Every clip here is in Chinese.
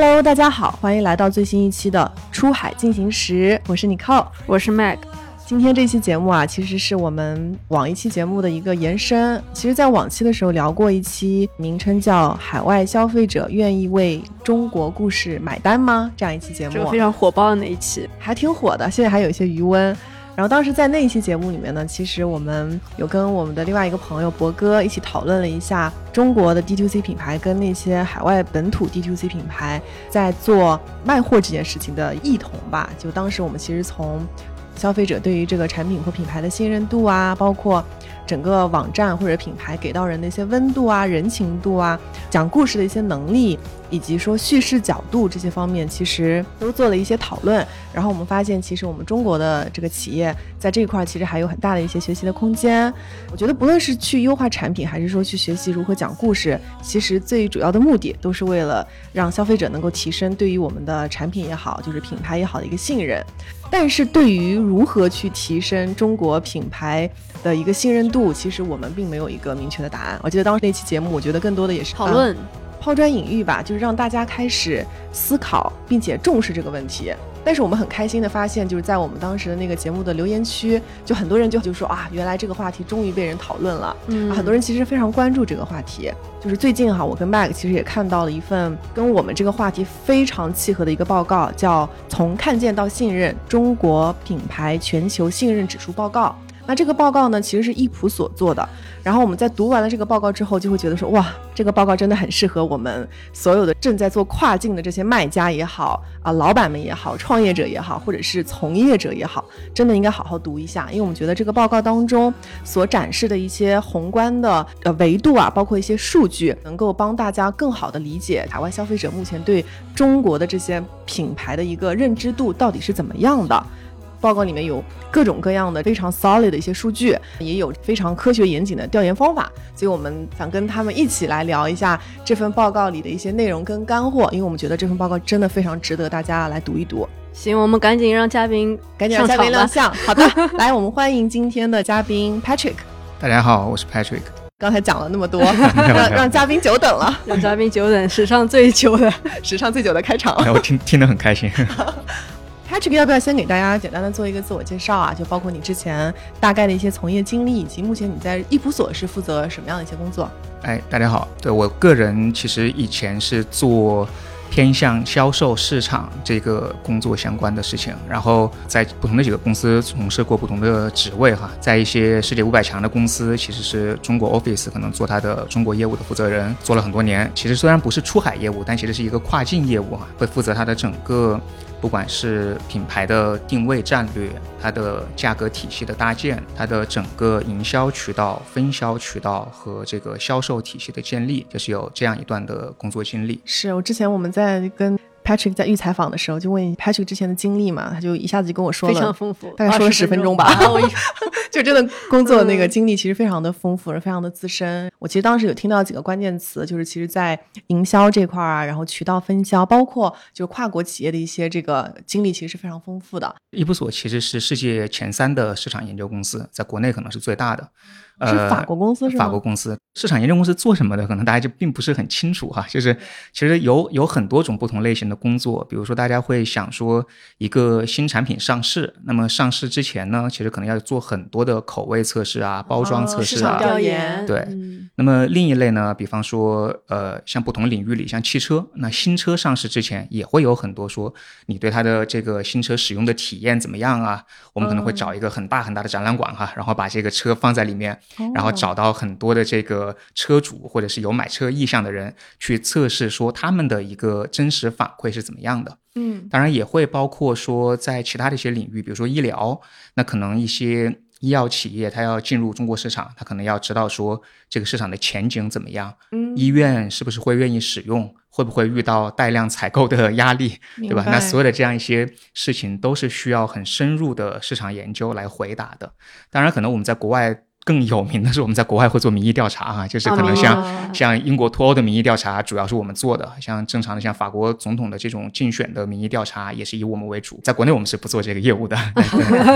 Hello， 大家好，欢迎来到最新一期的出海进行时，我是 Nicole， 我是 Meg。 今天这期节目啊，其实是我们往一期节目的一个延伸。其实在往期的时候聊过一期，名称叫海外消费者愿意为中国故事买单吗？这样一期节目， 这个非常火爆的那一期， 还挺火的，现在还有一些余温。然后当时在那一期节目里面呢，其实我们有跟我们的另外一个朋友博哥一起讨论了一下中国的 D2C 品牌跟那些海外本土 D2C 品牌在做卖货这件事情的异同吧。就当时我们其实从消费者对于这个产品或品牌的信任度啊，包括整个网站或者品牌给到人的一些温度啊、人情度啊、讲故事的一些能力，以及说叙事角度这些方面，其实都做了一些讨论。然后我们发现，其实我们中国的这个企业在这一块其实还有很大的一些学习的空间。我觉得不论是去优化产品，还是说去学习如何讲故事，其实最主要的目的都是为了让消费者能够提升对于我们的产品也好，就是品牌也好的一个信任。但是对于如何去提升中国品牌的一个信任度，其实我们并没有一个明确的答案。我记得当时那期节目，我觉得更多的也是讨论、 抛砖引玉吧，就是让大家开始思考并且重视这个问题。但是我们很开心的发现，就是在我们当时的那个节目的留言区，就很多人就说啊，原来这个话题终于被人讨论了。很多人其实非常关注这个话题。就是最近哈，我跟 Mag 其实也看到了一份跟我们这个话题非常契合的一个报告，叫《从看见到信任：中国品牌全球信任指数报告》。那这个报告呢，其实是易普所做的。然后我们在读完了这个报告之后，就会觉得说，哇，这个报告真的很适合我们所有的正在做跨境的这些卖家也好啊，老板们也好，创业者也好，或者是从业者也好，真的应该好好读一下。因为我们觉得这个报告当中所展示的一些宏观的维度啊，包括一些数据，能够帮大家更好的理解海外消费者目前对中国的这些品牌的一个认知度到底是怎么样的。报告里面有各种各样的非常 solid 的一些数据，也有非常科学严谨的调研方法，所以我们想跟他们一起来聊一下这份报告里的一些内容跟干货，因为我们觉得这份报告真的非常值得大家来读一读。 行，我们赶紧让嘉宾亮相。好的，来，我们欢迎今天的嘉宾 Patrick。 大家好，我是 Patrick。 刚才讲了那么多让嘉宾久等了， 让嘉宾久等，史上最久的开场。 我听得很开心。 Patrick， 要不要先给大家简单的做一个自我介绍啊？就包括你之前大概的一些从业经历，以及目前你在易普所是负责什么样的一些工作？ 大家好，对，我个人其实以前是做偏向销售市场这个工作相关的事情，然后在不同的几个公司从事过不同的职位哈，在一些世界500强的公司，其实是中国 office 可能做它的中国业务的负责人，做了很多年。其实虽然不是出海业务，但其实是一个跨境业务哈，会负责它的整个不管是品牌的定位战略，它的价格体系的搭建，它的整个营销渠道、分销渠道和这个销售体系的建立，就是有这样一段的工作经历。 是我之前我们在跟 Patrick 在预采访的时候，就问 Patrick 之前的经历嘛，他就一下子就跟我说了， 非常丰富， 大概说了10分钟吧。就真的工作的那个经历其实非常的丰富，非常的资深。我其实当时有听到几个关键词，就是其实在营销这块啊，然后渠道分销，包括就是跨国企业的一些这个经历，其实是非常丰富的。 易普所其实是世界前3的市场研究公司，在国内可能是最大的。 是法国公司是吗？ 法国公司。市场研究公司做什么的，可能大家就并不是很清楚哈。就是其实有很多种不同类型的工作，比如说大家会想说一个新产品上市，那么上市之前呢，其实可能要做很多的口味测试啊、包装测试啊、 市场调研。 对。那么另一类呢，比方说像不同领域里，像汽车，那新车上市之前也会有很多说你对它的这个新车使用的体验怎么样啊？我们可能会找一个很大很大的展览馆哈，然后把这个车放在里面，然后找到很多的这个车主或者是有买车意向的人去测试说他们的一个真实反馈是怎么样的。当然也会包括说在其他的一些领域，比如说医疗，那可能一些医药企业它要进入中国市场，它可能要知道说这个市场的前景怎么样，医院是不是会愿意使用，会不会遇到带量采购的压力，对吧？那所有的这样一些事情都是需要很深入的市场研究来回答的。当然可能我们在国外更有名的是我们在国外会做民意调查啊，就是可能像英国脱欧的民意调查主要是我们做的，像正常的像法国总统的这种竞选的民意调查也是以我们为主，在国内我们是不做这个业务的。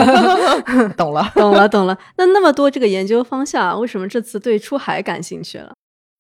懂了。 那么多这个研究方向，为什么这次对出海感兴趣了？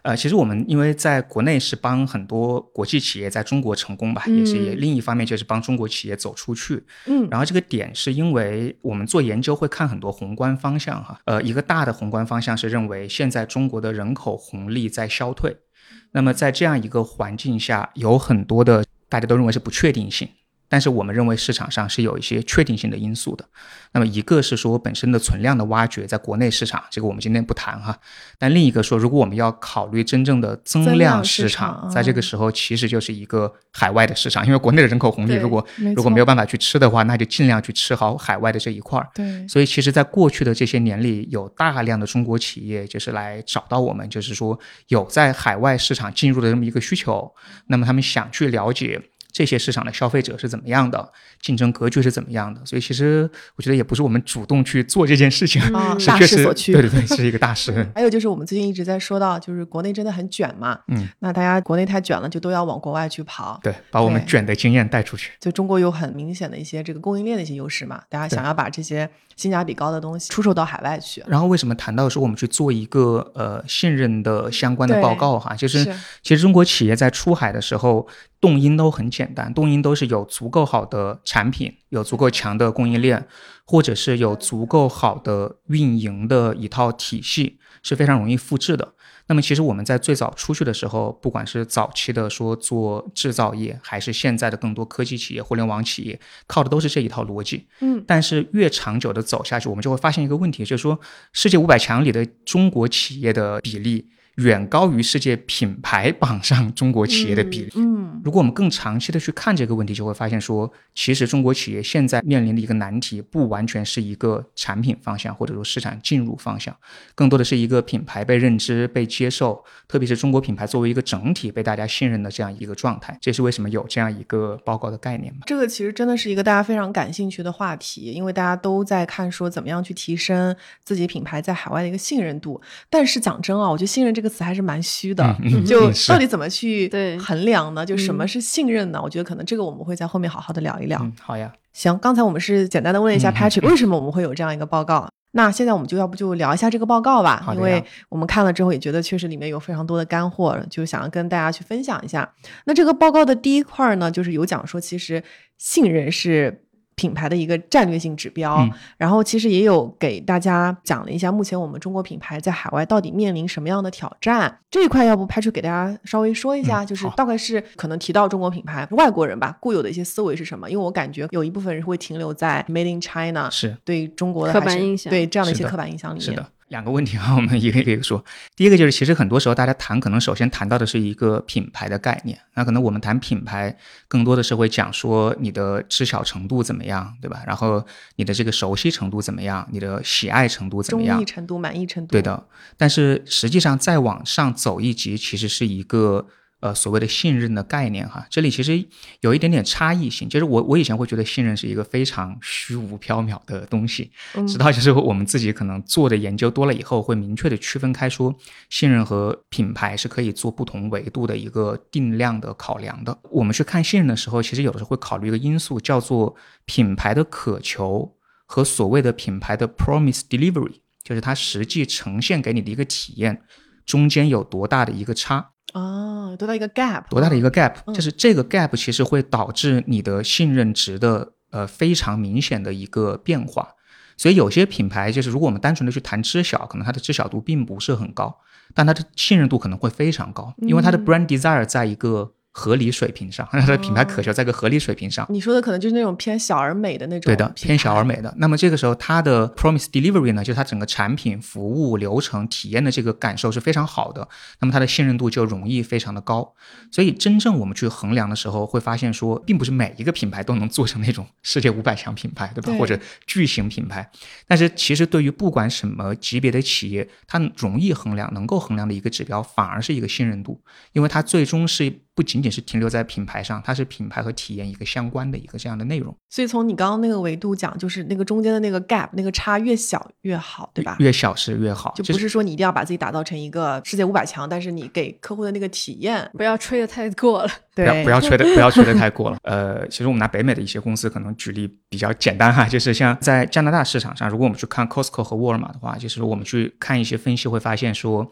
其实我们因为在国内是帮很多国际企业在中国成功吧，也是另一方面就是帮中国企业走出去。然后这个点是因为我们做研究会看很多宏观方向哈，一个大的宏观方向是认为现在中国的人口红利在消退，那么在这样一个环境下，有很多的大家都认为是不确定性。但是我们认为市场上是有一些确定性的因素的，那么一个是说本身的存量的挖掘在国内市场，这个我们今天不谈哈，但另一个说如果我们要考虑真正的增量市场，在这个时候其实就是一个海外的市场，因为国内的人口红利如果没有办法去吃的话，那就尽量去吃好海外的这一块。 对， 所以其实在过去的这些年里，有大量的中国企业就是来找到我们，就是说有在海外市场进入的这么一个需求，那么他们想去了解这些市场的消费者是怎么样的，竞争格局是怎么样的，所以其实我觉得也不是我们主动去做这件事情，是大势所趋。 对，是一个大势。 还有就是我们最近一直在说到，就是国内真的很卷嘛，那大家国内太卷了，就都要往国外去跑， 对，把我们卷的经验带出去。 就中国有很明显的一些这个供应链的一些优势嘛，大家想要把这些性价比高的东西出售到海外去。 然后为什么谈到说我们去做一个信任的相关的报告哈，就是其实中国企业在出海的时候动因都很简单，动因都是有足够好的产品，有足够强的供应链，或者是有足够好的运营的一套体系，是非常容易复制的。那么其实我们在最早出去的时候，不管是早期的说做制造业，还是现在的更多科技企业、互联网企业，靠的都是这一套逻辑。但是越长久的走下去，我们就会发现一个问题，就是说世界500强里的中国企业的比例远高于世界品牌榜上中国企业的比例。如果我们更长期的去看这个问题，就会发现说其实中国企业现在面临的一个难题不完全是一个产品方向或者说市场进入方向，更多的是一个品牌被认知被接受，特别是中国品牌作为一个整体被大家信任的这样一个状态，这是为什么有这样一个报告的概念嘛。 这个其实真的是一个大家非常感兴趣的话题，因为大家都在看说怎么样去提升自己品牌在海外的一个信任度，但是讲真啊，我觉得信任这个词还是蛮虚的，就到底怎么去衡量呢？就什么是信任呢？我觉得可能这个我们会在后面好好的聊一聊。 好呀。 行，刚才我们是简单的问了一下 Patrick 为什么我们会有这样一个报告，那现在我们就要不就聊一下这个报告吧，因为我们看了之后也觉得确实里面有非常多的干货，就想要跟大家去分享一下。那这个报告的第一块呢，就是有讲说其实信任是品牌的一个战略性指标，然后其实也有给大家讲了一下目前我们中国品牌在海外到底面临什么样的挑战，这一块要不Patrick给大家稍微说一下，就是大概是可能提到中国品牌外国人吧固有的一些思维是什么，因为我感觉有一部分人会停留在 Made in China 是对中国的刻板印象， 对这样的一些刻板印象里面。 是的，两个问题啊，我们一个一个说。第一个就是其实很多时候大家谈可能首先谈到的是一个品牌的概念，那可能我们谈品牌更多的是会讲说你的知晓程度怎么样，对吧？然后你的这个熟悉程度怎么样，你的喜爱程度怎么样， 中意程度满意程度。 对的，但是实际上再往上走一级其实是一个所谓的信任的概念哈，这里其实有一点点差异性，就是我以前会觉得信任是一个非常虚无缥缈的东西，直到就是我们自己可能做的研究多了以后，会明确的区分开说信任和品牌是可以做不同维度的一个定量的考量的。我们去看信任的时候，其实有的时候会考虑一个因素叫做品牌的渴求和所谓的品牌的 promise delivery， 就是它实际呈现给你的一个体验中间有多大的一个差。 多大一个 gap， 多大的一个 gap，就是这个 gap 其实会导致你的信任值的非常明显的一个变化。所以有些品牌就是如果我们单纯的去谈知晓，可能它的知晓度并不是很高，但它的信任度可能会非常高，因为它的 brand desire 在一个合理水平上，它的品牌渴求在一个合理水平上。 你说的可能就是那种偏小而美的那种。 对的，偏小而美的。那么这个时候它的 promise delivery 呢，就是它整个产品服务流程体验的这个感受是非常好的，那么它的信任度就容易非常的高。所以真正我们去衡量的时候会发现说，并不是每一个品牌都能做成那种世界500强品牌，对吧？或者巨型品牌。但是其实对于不管什么级别的企业，它容易衡量能够衡量的一个指标反而是一个信任度，因为它最终是不仅仅是停留在品牌上，它是品牌和体验一个相关的一个这样的内容。 所以从你刚刚那个维度讲，就是那个中间的那个 gap 那个差越小越好，对吧？ 越小是越好， 就不是说你一定要把自己打造成一个世界500强，但是你给客户的那个体验不要吹得太过了。 对， 不要吹得太过了。其实我们拿北美的一些公司可能举例比较简单哈，就是像在加拿大市场上，如果我们去看 Costco 和沃尔玛的话，就是我们去看一些分析会发现说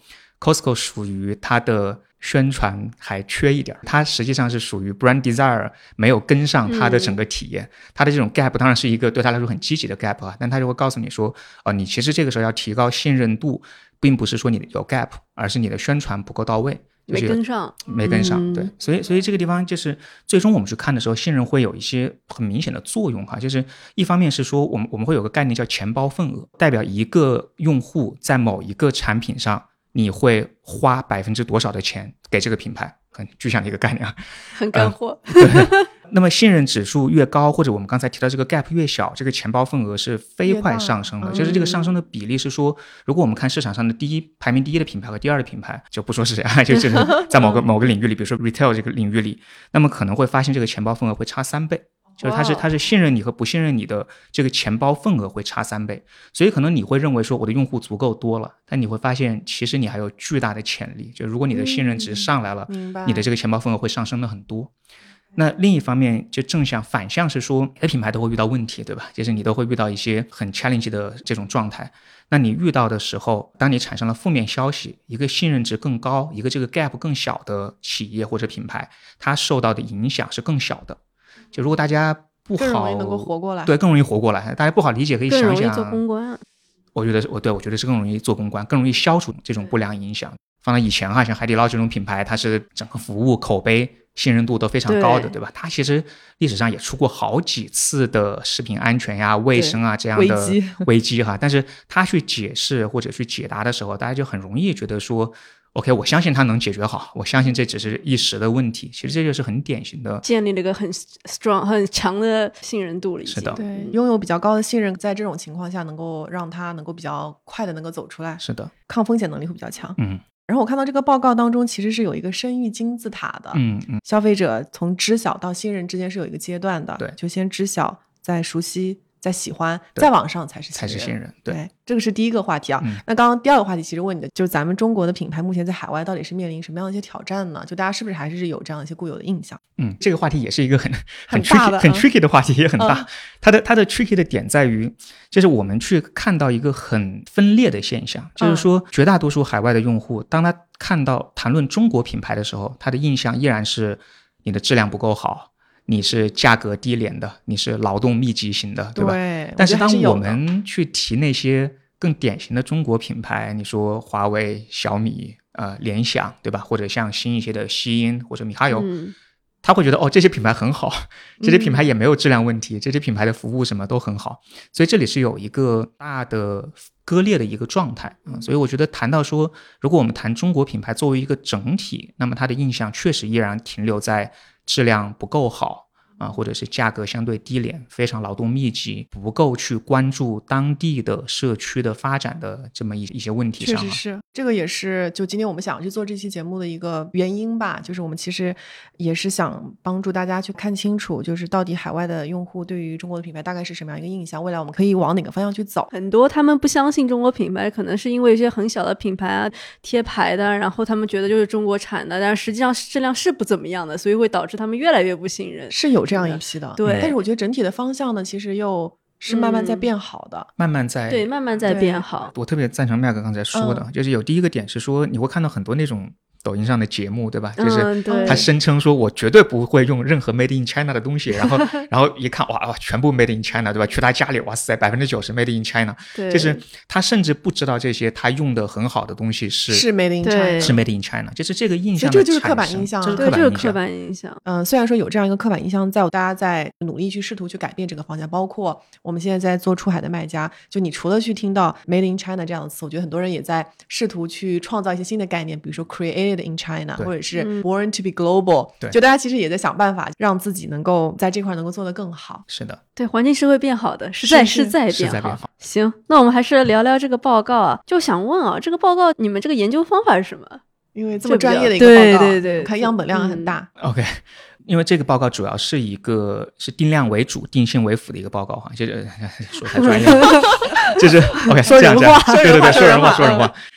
Costco 属于它的宣传还缺一点，它实际上是属于 brand desire 没有跟上它的整个体验。它的这种 gap 当然是一个对它来说很积极的 gap 啊，但它就会告诉你说，你其实这个时候要提高信任度，并不是说你有 gap， 而是你的宣传不够到位。 没跟上， 对，所以这个地方就是最终我们去看的时候，信任会有一些很明显的作用哈。就是一方面是说我们会有个概念叫钱包份额，代表一个用户在某一个产品上你会花多少的钱给这个品牌，很具象的一个概念啊， 很干货。 对，那么信任指数越高，或者我们刚才提到这个 gap 越小，这个钱包份额是飞快上升的。就是这个上升的比例是说，如果我们看市场上的排名第一的品牌和第二的品牌，就不说是谁啊，就是在某个领域里，比如说 retail 这个领域里，那么可能会发现这个钱包份额会差3倍。就是它是信任你和不信任你的这个钱包份额会差3倍，所以可能你会认为说我的用户足够多了，但你会发现其实你还有巨大的潜力，就如果你的信任值上来了，你的这个钱包份额会上升的很多。那另一方面就正向反向是说，每个品牌都会遇到问题，对吧？就是你都会遇到一些很 challenge 的这种状态。那你遇到的时候，当你产生了负面消息，一个信任值更高，一个这个 gap 更小的企业或者品牌，它受到的影响是更小的。就如果大家不好， 更容易能够活过来， 对，更容易活过来。大家不好理解，可以想想， 更容易做公关。 我觉得是更容易做公关，更容易消除这种不良影响。放到以前哈，像海底捞这种品牌，它是整个服务、口碑、信任度都非常高的，对吧？它其实历史上也出过好几次的食品安全呀、卫生啊这样的危机哈，但是它去解释或者去解答的时候，大家就很容易觉得说OK， 我相信它能解决好，我相信这只是一时的问题。其实这就是很典型的建立了一个很 strong 很强的信任度了已经。 是的， 对，拥有比较高的信任，在这种情况下能够让它能够比较快的能够走出来， 是的， 抗风险能力会比较强。 然后我看到这个报告当中其实是有一个生育金字塔的，消费者从知晓到信任之间是有一个阶段的， 对， 就先知晓，再熟悉，再喜欢，再往上才是信任。 对，这个是第一个话题啊。那刚刚第二个话题其实问你的就是咱们中国的品牌目前在海外到底是面临什么样的一些挑战呢？就大家是不是还是有这样一些固有的印象？ 这个话题也是一个很大的很 tricky 的话题，也很大。它的 tricky 的点在于，就是我们去看到一个很分裂的现象，就是说绝大多数海外的用户，当他看到谈论中国品牌的时候，他的印象依然是你的质量不够好，你是价格低廉的，你是劳动密集型的，对吧？ 对。 但是当我们去提那些更典型的中国品牌，你说华为、小米、联想，对吧？或者像新一些的西音或者米哈游，他会觉得这些品牌很好，这些品牌也没有质量问题，这些品牌的服务什么都很好，所以这里是有一个大的割裂的一个状态。所以我觉得谈到说，如果我们谈中国品牌作为一个整体，那么它的印象确实依然停留在质量不够好或者是价格相对低廉，非常劳动密集，不够去关注当地的社区的发展的这么一些问题上。 确实是，这个也是就今天我们想去做这期节目的一个原因吧，就是我们其实也是想帮助大家去看清楚，就是到底海外的用户对于中国的品牌大概是什么样一个印象，未来我们可以往哪个方向去走。 很多他们不相信中国品牌，可能是因为一些很小的品牌啊贴牌的，然后他们觉得就是中国产的，但实际上质量是不怎么样的，所以会导致他们越来越不信任。 是有这样一批的， 对。 但是我觉得整体的方向呢，其实又是慢慢在变好的， 慢慢在变好。 我特别赞成麦哥刚才说的，就是有第一个点是说，你会看到很多那种抖音上的节目，对吧？就是他声称说我绝对不会用任何 Made in China 的东西，然后一看哇，全部 Made in China， 对吧？去他家里，哇塞，90% Made in China， 就是他甚至不知道这些他用的很好的东西是 Made in China， 是 Made in China， 就是这个印象的产生。 这就是刻板印象， 对，就是刻板印象。 虽然说有这样一个刻板印象，大家在努力去试图去改变这个方向，包括我们现在在做出海的卖家，就你除了去听到 Made in China 这样的词，我觉得很多人也在试图去创造一些新的概念，比如说 Created in China，或者是 Born to be Global，就大家其实也在想办法让自己能够在这块能够做得更好。 是的， 对，环境是会变好的，是在变好。行，那我们还是聊聊这个报告啊，就想问啊，这个报告你们这个研究方法是什么？ 因为这么专业的一个报告， 对， 我看样本量很大。 OK， 因为这个报告主要是一个是定量为主、定性为辅的一个报告哈，就是说太专业了，就是 OK， 说人话， 对，说人话。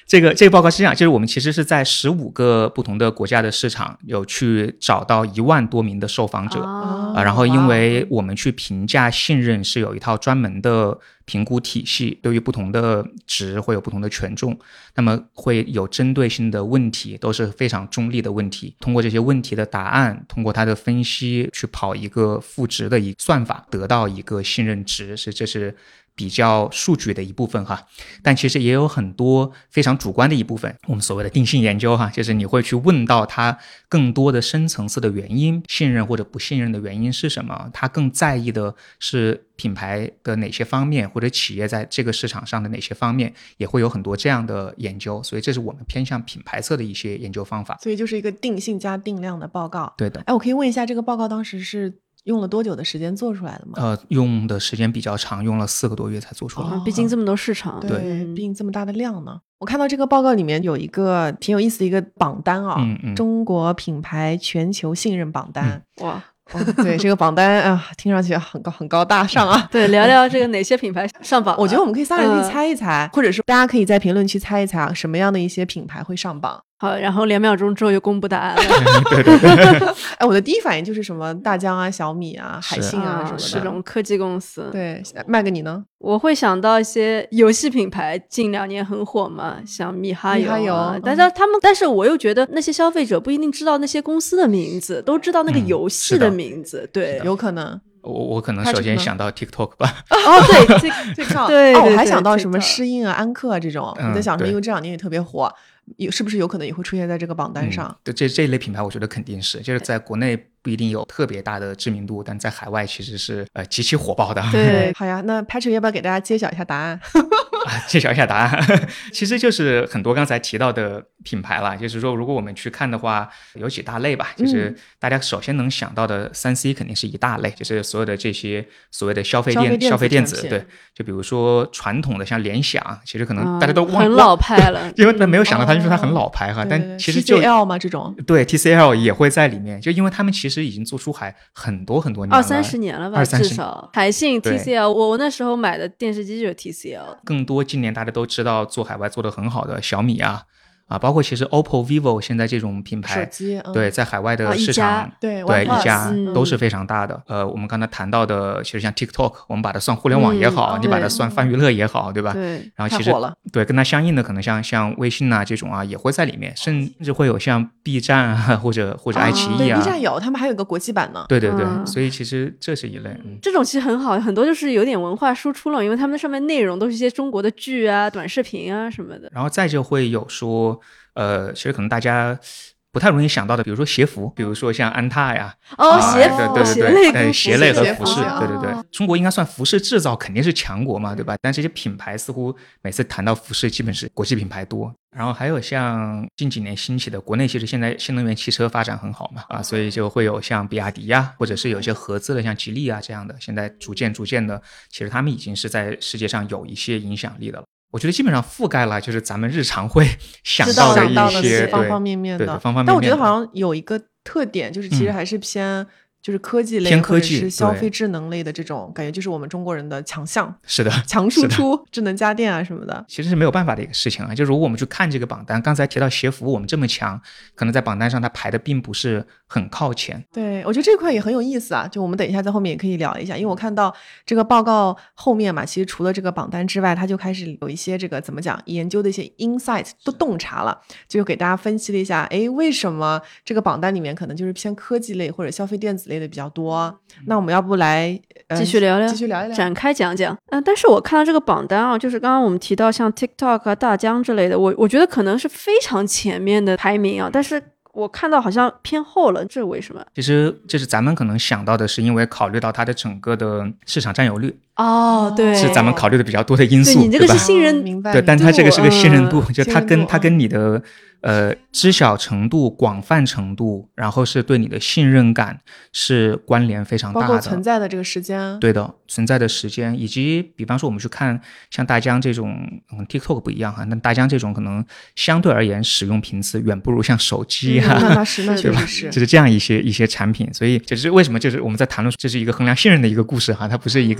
这个报告是这样，就是我们其实是在15个不同的国家的市场有去找到1万多名的受访者，然后因为我们去评价信任是有一套专门的评估体系，对于不同的值会有不同的权重，那么会有针对性的问题，都是非常中立的问题，通过这些问题的答案，通过它的分析去跑一个赋值的一个算法，得到一个信任值，这是比较数据的一部分哈，但其实也有很多非常主观的一部分，我们所谓的定性研究哈，就是你会去问到它更多的深层次的原因，信任或者不信任的原因是什么，它更在意的是品牌的哪些方面，或者企业在这个市场上的哪些方面，也会有很多这样的研究，所以这是我们偏向品牌侧的一些研究方法。 所以就是一个定性加定量的报告。 对的。 我可以问一下，这个报告当时是用了多久的时间做出来的吗？ 用的时间比较长，用了4个多月才做出来。 毕竟这么多市场， 对，毕竟这么大的量呢。我看到这个报告里面有一个挺有意思的一个榜单啊，中国品牌全球信任榜单。 哇。 对，这个榜单啊，听上去很高大上啊。 对，聊聊这个哪些品牌上榜。 我觉得我们可以3人可以猜一猜，或者是大家可以在评论区猜一猜啊，什么样的一些品牌会上榜。 好，然后2秒钟之后就公布答案了。 我的第一反应就是什么大疆啊、小米啊、海信啊什么的， 是这种科技公司。 对，麦格你呢？ 我会想到一些游戏品牌，近2年很火嘛，像米哈游，但是我又觉得那些消费者不一定知道那些公司的名字，都知道那个游戏的名字。对， 有可能。 我可能首先想到 TikTok 吧。 对，TikTok。 对， 我还想到什么诗音啊、安克啊这种。我在想说，因为这2年也特别火，是不是有可能也会出现在这个榜单上？ 对，这一类品牌我觉得肯定是，就是在国内不一定有特别大的知名度，但在海外其实是极其火爆的。 对， 好呀，那 Patrick 要不要给大家揭晓一下答案？ 揭晓一下答案，其实就是很多刚才提到的品牌啦，就是说如果我们去看的话，有几大类吧，就是大家首先能想到的3C 肯定是一大类，就是所有的这些所谓的消费电子，对，就比如说传统的像联想，其实可能大家都很老牌了， 因为没有想到它就是它很老牌哈，但其实就 TCL 吗？这种对 TCL 也会在里面，就因为他们其实已经做出海很多年了 ，20-30年了吧，至少。海信 TCL， 我那时候买的电视机就是 TCL。 更多近年大家都知道做海外做得很好的小米啊，包括其实 OPPO、vivo 现在这种品牌， 手机， 对，在海外的市场， 对一家都是非常大的。我们刚才谈到的，其实像 TikTok， 我们把它算互联网也好，你把它算泛娱乐也好，对吧？ 对。 然后其实对跟它相应的，可能像微信啊这种啊也会在里面，甚至会有像 B 站啊或者爱奇艺啊。 对 ，B 站有，他们还有个国际版呢。 对，所以其实这是一类。 这种其实很好，很多就是有点文化输出了，因为他们上面内容都是一些中国的剧啊、短视频啊什么的。 然后再就会有说。其实可能大家不太容易想到的，比如说鞋服，比如说像安踏呀， 鞋服， 对，鞋类和服饰，对，中国应该算服饰制造肯定是强国嘛，对吧？但这些品牌似乎每次谈到服饰，基本是国际品牌多。然后还有像近几年兴起的，国内其实现在新能源汽车发展很好嘛，所以就会有像比亚迪呀，或者是有一些合资的像吉利啊这样的，现在逐渐的，其实他们已经是在世界上有一些影响力的了。我觉得基本上覆盖了，就是咱们日常会想到的一些方方面面的。 对，方方面面的。 但我觉得好像有一个特点，就是其实还是偏就是科技类， 偏科技， 或者是消费智能类的这种感觉，就是我们中国人的强项。 是的， 强输出，智能家电啊什么的， 其实是没有办法的一个事情啊。就如果我们去看这个榜单，刚才提到鞋服，我们这么强，可能在榜单上它排的并不是很靠前。 对，我觉得这块也很有意思啊，就我们等一下在后面也可以聊一下，因为我看到这个报告后面嘛，其实除了这个榜单之外，它就开始有一些这个怎么讲研究的一些 insight 都洞察了，就给大家分析了一下，为什么这个榜单里面可能就是偏科技类或者消费电子类的比较多。那我们要不来继续聊聊，展开讲讲。但是我看到这个榜单啊，就是刚刚我们提到像 TikTok 啊、大疆之类的，我觉得可能是非常前面的排名啊，但是我看到好像偏后了，这是为什么？ 其实就是咱们可能想到的是因为考虑到它的整个的市场占有率。 对， 是咱们考虑的比较多的因素。 对，你这个是信任， 对，但它这个是个信任度，就它跟你的知晓程度、广泛程度，然后是对你的信任感是关联非常大的， 包括存在的这个时间。 对的，存在的时间，以及比方说我们去看像大疆这种TikTok 不一样哈，那大疆这种可能相对而言使用频次远不如像手机啊， 那确实是， 就是这样一些产品。所以这是为什么，就是我们在谈论这是一个衡量信任的一个故事哈，它不是一个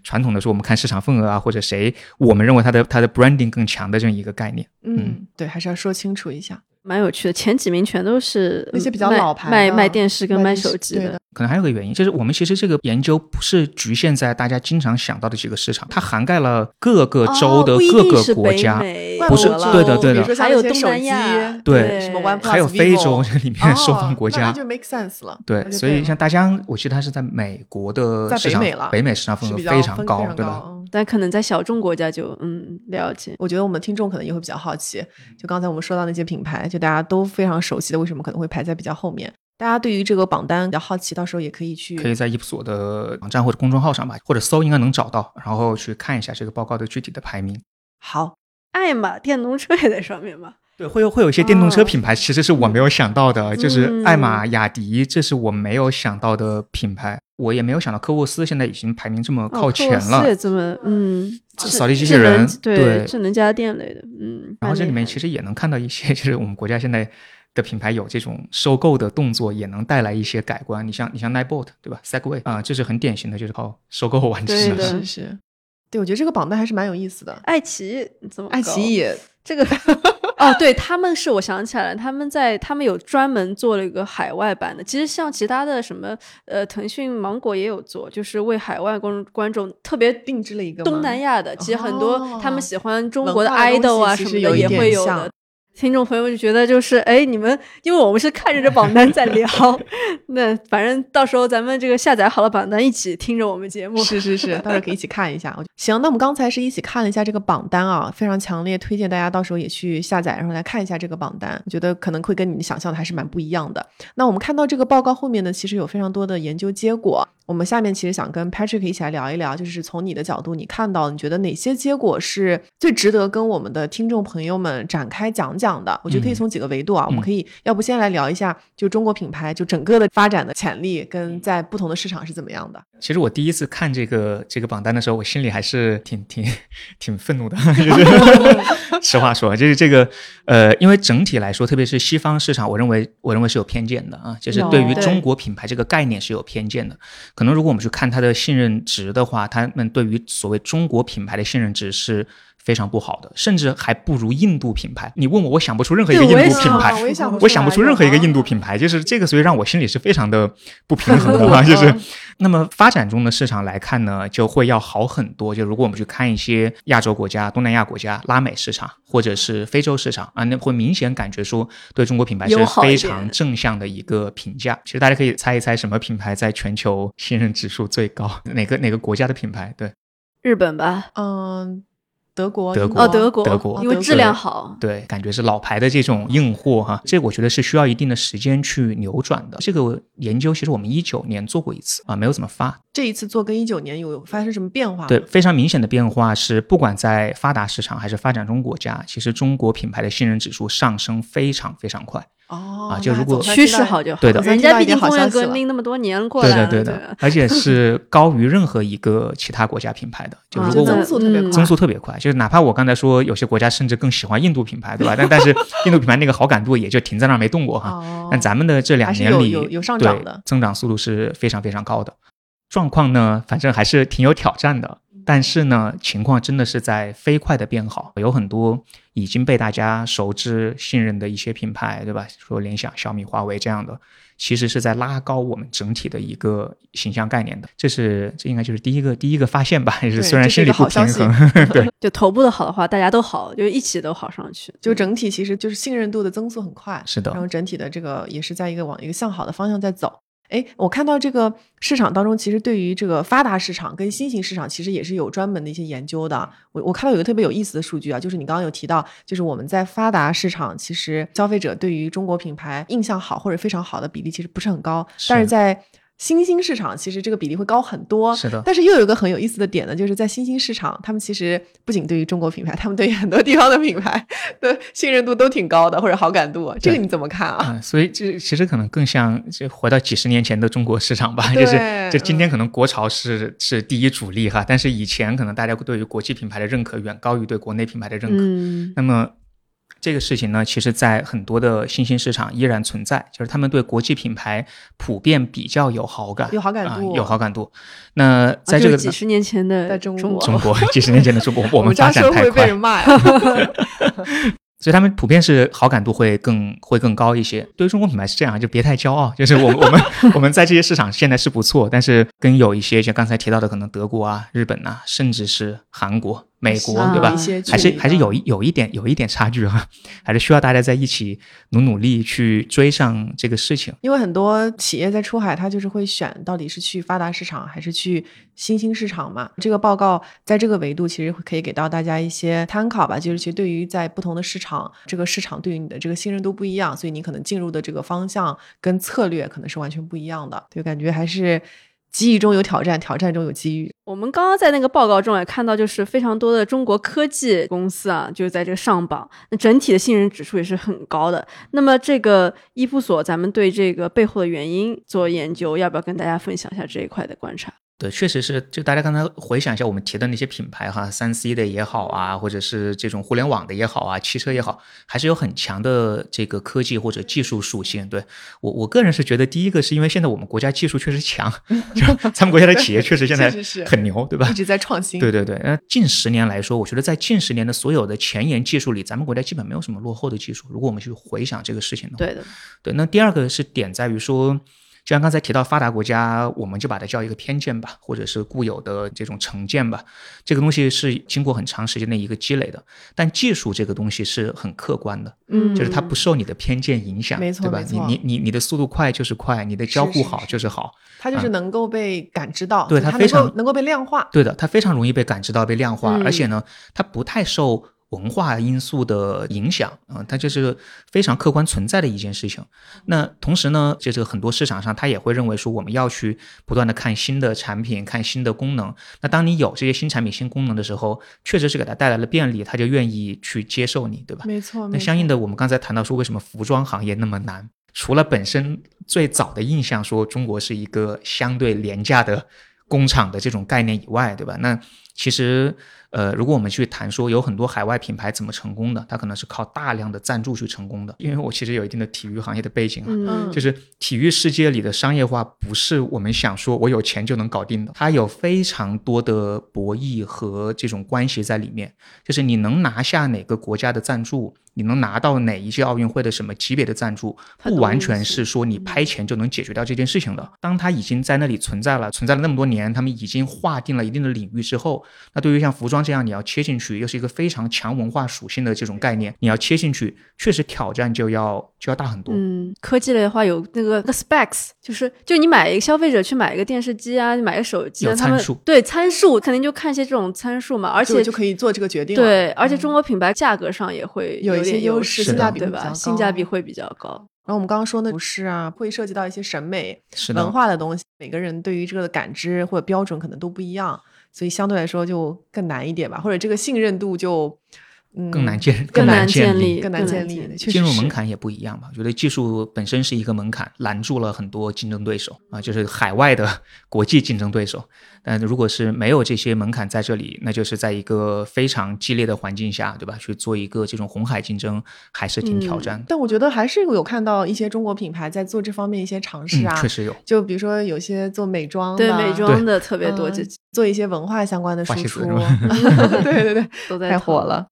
传统的说我们看市场份额啊，或者谁我们认为它的 branding 更强的这样一个概念。 对，还是要说清楚一下。 蛮有趣的，前几名全都是那些比较老牌卖电视跟卖手机的。 可能还有个原因，就是我们其实这个研究不是局限在大家经常想到的几个市场，它涵盖了各个州的各个国家， 不是对的对的， 还有东南亚， 对， 什么 OnePlus， 还有非洲这里面受众国家， 那就 make sense 了。 对，所以像大疆，我记得它是在美国的市场，北美市场份额非常高，对吧？ 但可能在小众国家就了解。 我觉得我们听众可能也会比较好奇，就刚才我们说到那些品牌，就大家都非常熟悉的，为什么可能会排在比较后面？大家对于这个榜单比较好奇，到时候也可以在易普所的网站或者公众号上吧，或者搜应该能找到，然后去看一下这个报告的具体的排名。 好， 爱玛电动车也在上面吧？ 对，会有一些电动车品牌，其实是我没有想到的，就是爱玛、雅迪，这是我没有想到的品牌。我也没有想到科沃斯现在已经排名这么靠前了。 科沃斯也这么扫地机器人，对智能家电类的， 然后这里面其实也能看到一些，就是我们国家现在的品牌有这种收购的动作，也能带来一些改观。你像 Ninebot 对吧 Segway 啊，这是很典型的，就是靠收购完成的。是，对，我觉得这个榜单还是蛮有意思的。 爱奇艺怎么？ 爱奇艺也这个对，他们是我想起来了，他们有专门做了一个海外版的。其实像其他的什么腾讯、芒果也有做，就是为海外观众特别定制了一个东南亚的。其实很多他们喜欢中国的 idol 啊什么的也会有的。听众朋友们就觉得就是你们因为我们是看着这榜单在聊那反正到时候咱们这个下载好了榜单一起听着我们节目。 是到时候可以一起看一下。行，那我们刚才是一起看了一下这个榜单啊，非常强烈推荐大家到时候也去下载，然后来看一下这个榜单，我觉得可能会跟你想象的还是蛮不一样的。那我们看到这个报告后面呢，其实有非常多的研究结果，我们下面其实想跟 Patrick 一起来聊一聊，就是从你的角度你看到你觉得哪些结果是最值得跟我们的听众朋友们展开讲讲的。我觉得可以从几个维度啊，我们可以要不先来聊一下就中国品牌就整个的发展的潜力跟在不同的市场是怎么样的。 其实我第一次看这个榜单的时候，我心里还是挺愤怒的实话说，就是这个因为整体来说特别是西方市场，我认为是有偏见的啊，就是对于中国品牌这个概念是有偏见的。可能如果我们去看它的信任值的话，他们对于所谓中国品牌的信任值是非常不好的，甚至还不如印度品牌。你问我想不出任何一个印度品牌，我想不出任何一个印度品牌，就是这个，所以让我心里是非常的不平衡的就是那么发展中的市场来看呢，就会要好很多。就如果我们去看一些亚洲国家、东南亚国家、拉美市场或者是非洲市场啊，那会明显感觉说对中国品牌是非常正向的一个评价。其实大家可以猜一猜什么品牌在全球信任指数最高，哪个国家的品牌？对， 日本吧。 德国， 因为质量好， 对，感觉是老牌的这种硬货哈，这个我觉得是需要一定的时间去扭转的。这个研究其实我们19年做过一次啊，没有怎么发。 这一次做跟19年有发生什么变化吗？ 对，非常明显的变化是，不管在发达市场还是发展中国家，其实中国品牌的信任指数上升非常非常快。就如果趋势好就好， 对的， 人家毕竟工业革命那么多年过来了， 对的，而且是高于任何一个其他国家品牌的。就如果增速特别快，就是哪怕我刚才说有些国家甚至更喜欢印度品牌，对吧？但是印度品牌那个好感度也就停在那儿没动过哈。但咱们的这2年里有上涨的， 增长速度是非常非常高的。状况呢，反正还是挺有挑战的。但是呢，情况真的是在飞快的变好，有很多已经被大家熟知信任的一些品牌，对吧？说联想、小米、华为这样的，其实是在拉高我们整体的一个形象概念的。这应该就是第一个发现吧，也是虽然心里不平衡，对， 就头部的好的话，大家都好，就一起都好上去， 就整体其实就是信任度的增速很快， 是的， 然后整体的这个也是在往一个向好的方向在走。我看到这个市场当中，其实对于这个发达市场跟新兴市场其实也是有专门的一些研究的。我看到有一个特别有意思的数据啊，就是你刚刚有提到，就是我们在发达市场，其实消费者对于中国品牌印象好或者非常好的比例其实不是很高，但是在新兴市场其实这个比例会高很多。 是的， 但是又有一个很有意思的点呢，就是在新兴市场，他们其实不仅对于中国品牌，他们对于很多地方的品牌的信任度都挺高的，或者好感度。这个你怎么看啊？ 所以这其实可能更像就回到几十年前的中国市场吧，就今天可能国潮是第一主力哈，但是以前可能大家对于国际品牌的认可远高于对国内品牌的认可。那么这个事情呢，其实在很多的新兴市场依然存在，就是他们对国际品牌普遍比较有好感， 有好感度， 有好感度。那在这个几十年前的中国几十年前的中国，我们发展太快， 会被人骂呀。 所以他们普遍是好感度会更高一些。对于中国品牌是这样，就别太骄傲，就是我们在这些市场现在是不错，但是跟有一些像刚才提到的可能德国啊、日本啊，甚至是韩国、美国，对吧？还是有一点差距哈，还是需要大家在一起努力去追上这个事情。 因为很多企业在出海，它就是会选到底是去发达市场还是去新兴市场嘛。这个报告在这个维度其实可以给到大家一些参考吧，就是其实对于在不同的市场，这个市场对于你的这个信任度不一样，所以你可能进入的这个方向跟策略可能是完全不一样的。对，感觉还是机遇中有挑战，挑战中有机遇。 我们刚刚在那个报告中也看到，就是非常多的中国科技公司啊，就是在这个上榜，那整体的信任指数也是很高的。那么这个伊普所，咱们对这个背后的原因做研究，要不要跟大家分享一下这一块的观察？ 对，确实是，就大家刚才回想一下我们提的那些品牌哈，3C 的也好啊，或者是这种互联网的也好啊，汽车也好，还是有很强的这个科技或者技术属性。对，我个人是觉得，第一个是因为现在我们国家技术确实强，就咱们国家的企业确实现在很牛，对吧？ 一直在创新。 对对对，近10年来说，我觉得在近10年的所有的前沿技术里，咱们国家基本没有什么落后的技术。如果我们去回想这个事情的话， 对的， 对。那第二个是点在于说，就像刚才提到发达国家，我们就把它叫一个偏见吧，或者是固有的这种成见吧，这个东西是经过很长时间的一个积累的。但技术这个东西是很客观的，就是它不受你的偏见影响， 没错， 对吧？你的速度快就是快，你的交互好就是好， 它就是能够被感知到， 对，它非常能够被量化， 对的，它非常容易被感知到、被量化，而且呢，它不太受文化因素的影响它就是非常客观存在的一件事情。那同时呢，就是很多市场上他也会认为说，我们要去不断的看新的产品，看新的功能。那当你有这些新产品、新功能的时候，确实是给他带来了便利，他就愿意去接受你，对吧？ 没错。 那相应的，我们刚才谈到说，为什么服装行业那么难？除了本身最早的印象说中国是一个相对廉价的工厂的这种概念以外，对吧？那其实如果我们去谈说有很多海外品牌怎么成功的，它可能是靠大量的赞助去成功的。因为我其实有一定的体育行业的背景就是体育世界里的商业化不是我们想说我有钱就能搞定的，它有非常多的博弈和这种关系在里面。就是你能拿下哪个国家的赞助，你能拿到哪一届奥运会的什么级别的赞助，不完全是说你拍钱就能解决掉这件事情的。当它已经在那里存在了那么多年，他们已经划定了一定的领域之后，那对于像服装这样你要切进去，又是一个非常强文化属性的这种概念，你要切进去确实挑战就要大很多。 科技类的话有那个 specs， 就你买一个消费者去买一个电视机啊，你买个手机啊， 有参数， 对参数肯定就看一些这种参数嘛，而且就可以做这个决定了。 对，而且中国品牌价格上也会有一些优势， 性价比对吧？性价比会比较高。 然后我们刚刚说的服饰啊，会涉及到一些审美文化的东西，每个人对于这个的感知或者标准可能都不一样，所以相对来说就更难一点吧，或者这个信任度就更难建立， 进入门槛也不一样吧。我觉得技术本身是一个门槛，拦住了很多竞争对手就是海外的国际竞争对手。但如果是没有这些门槛在这里，那就是在一个非常激烈的环境下，对吧？去做一个这种红海竞争，还是挺挑战的。 但我觉得还是有看到一些中国品牌在做这方面一些尝试啊， 确实有。 就比如说有些做美妆的， 对美妆的特别多， 做一些文化相关的输出，对， 都在太火了。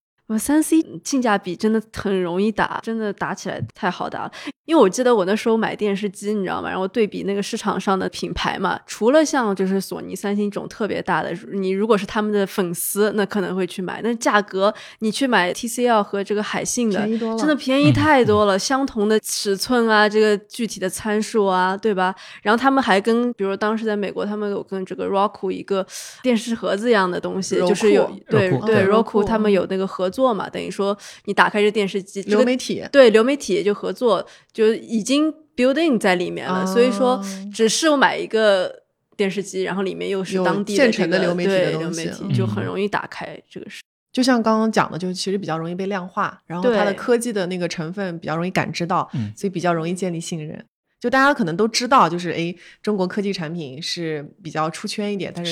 3C 性价比真的很容易打，真的打起来太好打了。因为我记得我那时候买电视机，你知道吗？然后对比那个市场上的品牌嘛，除了像就是索尼、三星这种特别大的，你如果是他们的粉丝，那可能会去买。但是价格你去买 TCL 和这个海信的，真的便宜太多了。相同的尺寸啊，这个具体的参数啊，对吧？然后他们还跟，比如当时在美国，他们有跟这个 Roku 一个电视盒子一样的东西，就是有对 Roku 他们有那个合作嘛，等于说你打开这电视机， 流媒体对流媒体就合作，就已经 build in 在里面了，所以说只是我买一个电视机，然后里面又是当地的现成的流媒体的东西， 就很容易打开这个事。 就像刚刚讲的，就其实比较容易被量化，然后它的科技的那个成分比较容易感知到，所以比较容易建立信任。就大家可能都知道，就是中国科技产品是比较出圈一点，但是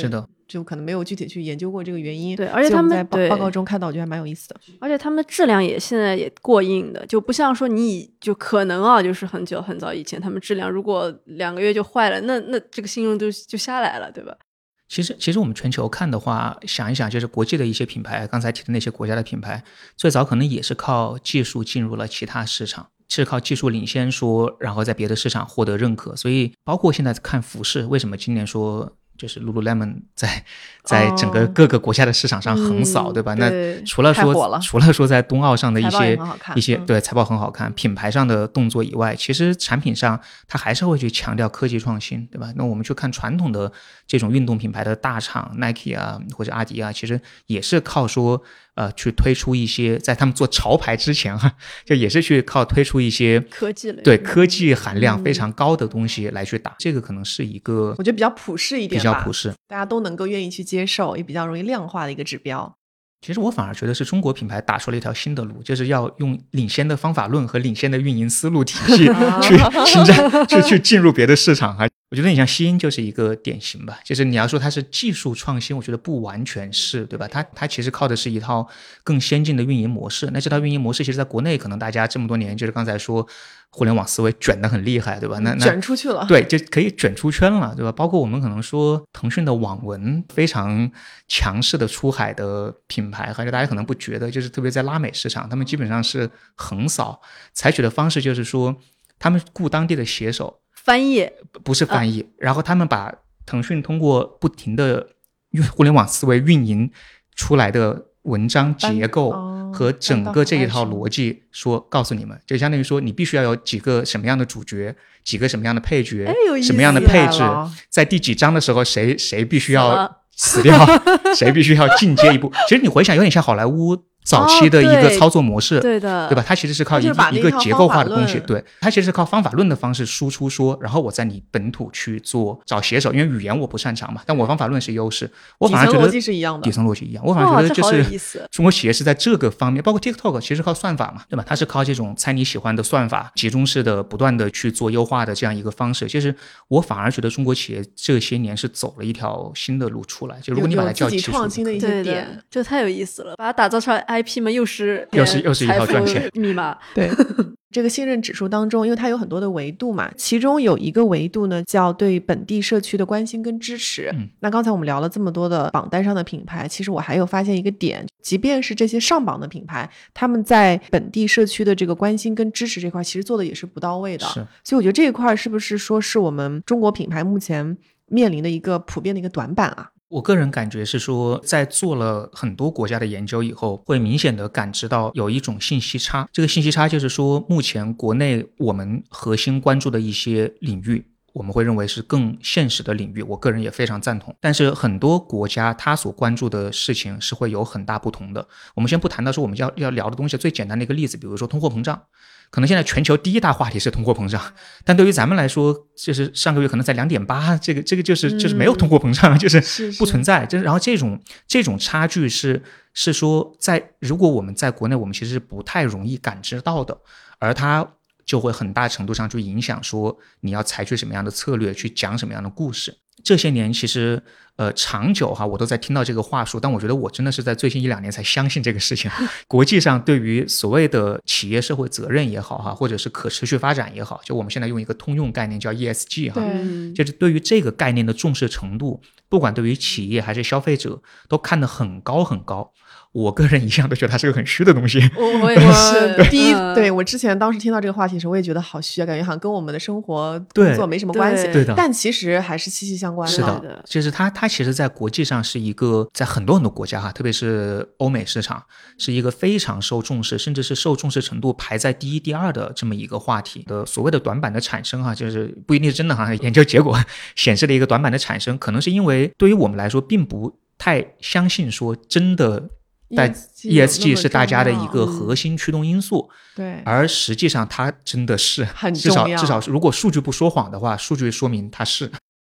就可能没有具体去研究过这个原因。 对，而且他们在报告中看到，我觉得还蛮有意思的。 而且他们的质量现在也过硬的，就不像说就可能啊，就是很早以前他们质量如果2个月就坏了，那这个信用就下来了，对吧？ 其实我们全球看的话，想一想，就是国际的一些品牌，刚才提的那些国家的品牌，最早可能也是靠技术进入了其他市场，是靠技术领先说，然后在别的市场获得认可。所以包括现在看服饰，为什么今年说就是 Lululemon 在整个各个国家的市场上横扫，对吧？那除了说在冬奥上的一些对财报很好看，品牌上的动作以外，其实产品上它还是会去强调科技创新，对吧？那我们去看传统的这种运动品牌的大厂 Nike 啊或者阿迪啊，其实也是靠说去推出一些，在他们做潮牌之前就也是去靠推出一些科技类， 对科技含量非常高的东西来去打，这个可能是一个我觉得比较普世一点吧， 比较普世， 大家都能够愿意去接受，也比较容易量化的一个指标。 其实我反而觉得是中国品牌打出了一条新的路，就是要用领先的方法论和领先的运营思路体系去进入别的市场。我觉得你像西音就是一个典型吧，就是你要说它是技术创新，我觉得不完全是，对吧？它其实靠的是一套更先进的运营模式。那这套运营模式其实在国内可能大家这么多年，就是刚才说互联网思维卷得很厉害，对吧？那卷出去了， 对，就可以卷出圈了，对吧？包括我们可能说腾讯的网文非常强势的出海的品牌，而且大家可能不觉得，就是特别在拉美市场，他们基本上是横扫，采取的方式就是说他们雇当地的写手翻译， 不是翻译，然后他们把腾讯通过不停的互联网思维运营出来的文章结构和整个这一套逻辑说告诉你们，就相当于说你必须要有几个什么样的主角，几个什么样的配角，什么样的配置，在第几章的时候谁必须要死掉谁必须要进阶一步。其实你回想有点像好莱坞早期的一个操作模式， 对的， 对吧？它其实是靠一个结构化的东西，对，它其实是靠方法论的方式输出说，然后我在你本土去找写手，因为语言我不擅长嘛，但我方法论是优势，我反而觉得底层逻辑是一样的， 底层逻辑一样，我反而觉得就是中国企业是在这个方面，包括 TikTok 其实靠算法嘛，对吧？它是靠这种猜你喜欢的算法，集中式的不断的去做优化的这样一个方式。其实我反而觉得中国企业这些年是走了一条新的路出来，就如果你把它叫技术， 有自己创新的一些点， 这太有意思了，把它打造出来 IP 嘛，又是一套赚钱密码。 对这个信任指数当中，因为它有很多的维度嘛，其中有一个维度呢叫对本地社区的关心跟支持。那刚才我们聊了这么多的榜单上的品牌，其实我还有发现一个点，即便是这些上榜的品牌，他们在本地社区的这个关心跟支持这块其实做的也是不到位的。所以我觉得这一块是不是说是我们中国品牌目前面临的一个普遍的一个短板啊？ 我个人感觉是说，在做了很多国家的研究以后，会明显的感知到有一种信息差。这个信息差就是说，目前国内我们核心关注的一些领域，我们会认为是更现实的领域，我个人也非常赞同。但是很多国家它所关注的事情是会有很大不同的。我们先不谈到说我们要聊的东西，最简单的一个例子，比如说通货膨胀。可能现在全球第一大话题是通货膨胀，但对于咱们来说，就是上个月可能在 2.8， 这个就是没有通货膨胀，就是不存在。然后这种差距是说，如果我们在国内，我们其实是不太容易感知到的，而它就会很大程度上去影响说你要采取什么样的策略，去讲什么样的故事。这些年其实长久我都在听到这个话术，但我觉得我真的是在最近1-2年才相信这个事情。国际上对于所谓的企业社会责任也好或者是可持续发展也好，就我们现在用一个通用概念叫 ESG 就是对于这个概念的重视程度，不管对于企业还是消费者都看得很高很高。我个人一向都觉得它是个很虚的东西。 我也是。 第一，对，我之前当时听到这个话题的时候，我也觉得好虚啊，感觉好像跟我们的生活工作没什么关系。 对的， 但其实还是息息相关的。 是的，就是它其实在国际上是一个，在很多国家特别是欧美市场，是一个非常受重视，甚至是受重视程度排在第一、第二的这么一个话题的所谓的短板的产生就是不一定是真的研究结果显示的一个短板的产生，可能是因为对于我们来说并不太相信说真的但 ESG 是大家的一个核心驱动因素， 对， 而实际上它真的是很重要， 至少如果数据不说谎的话，数据说明它是。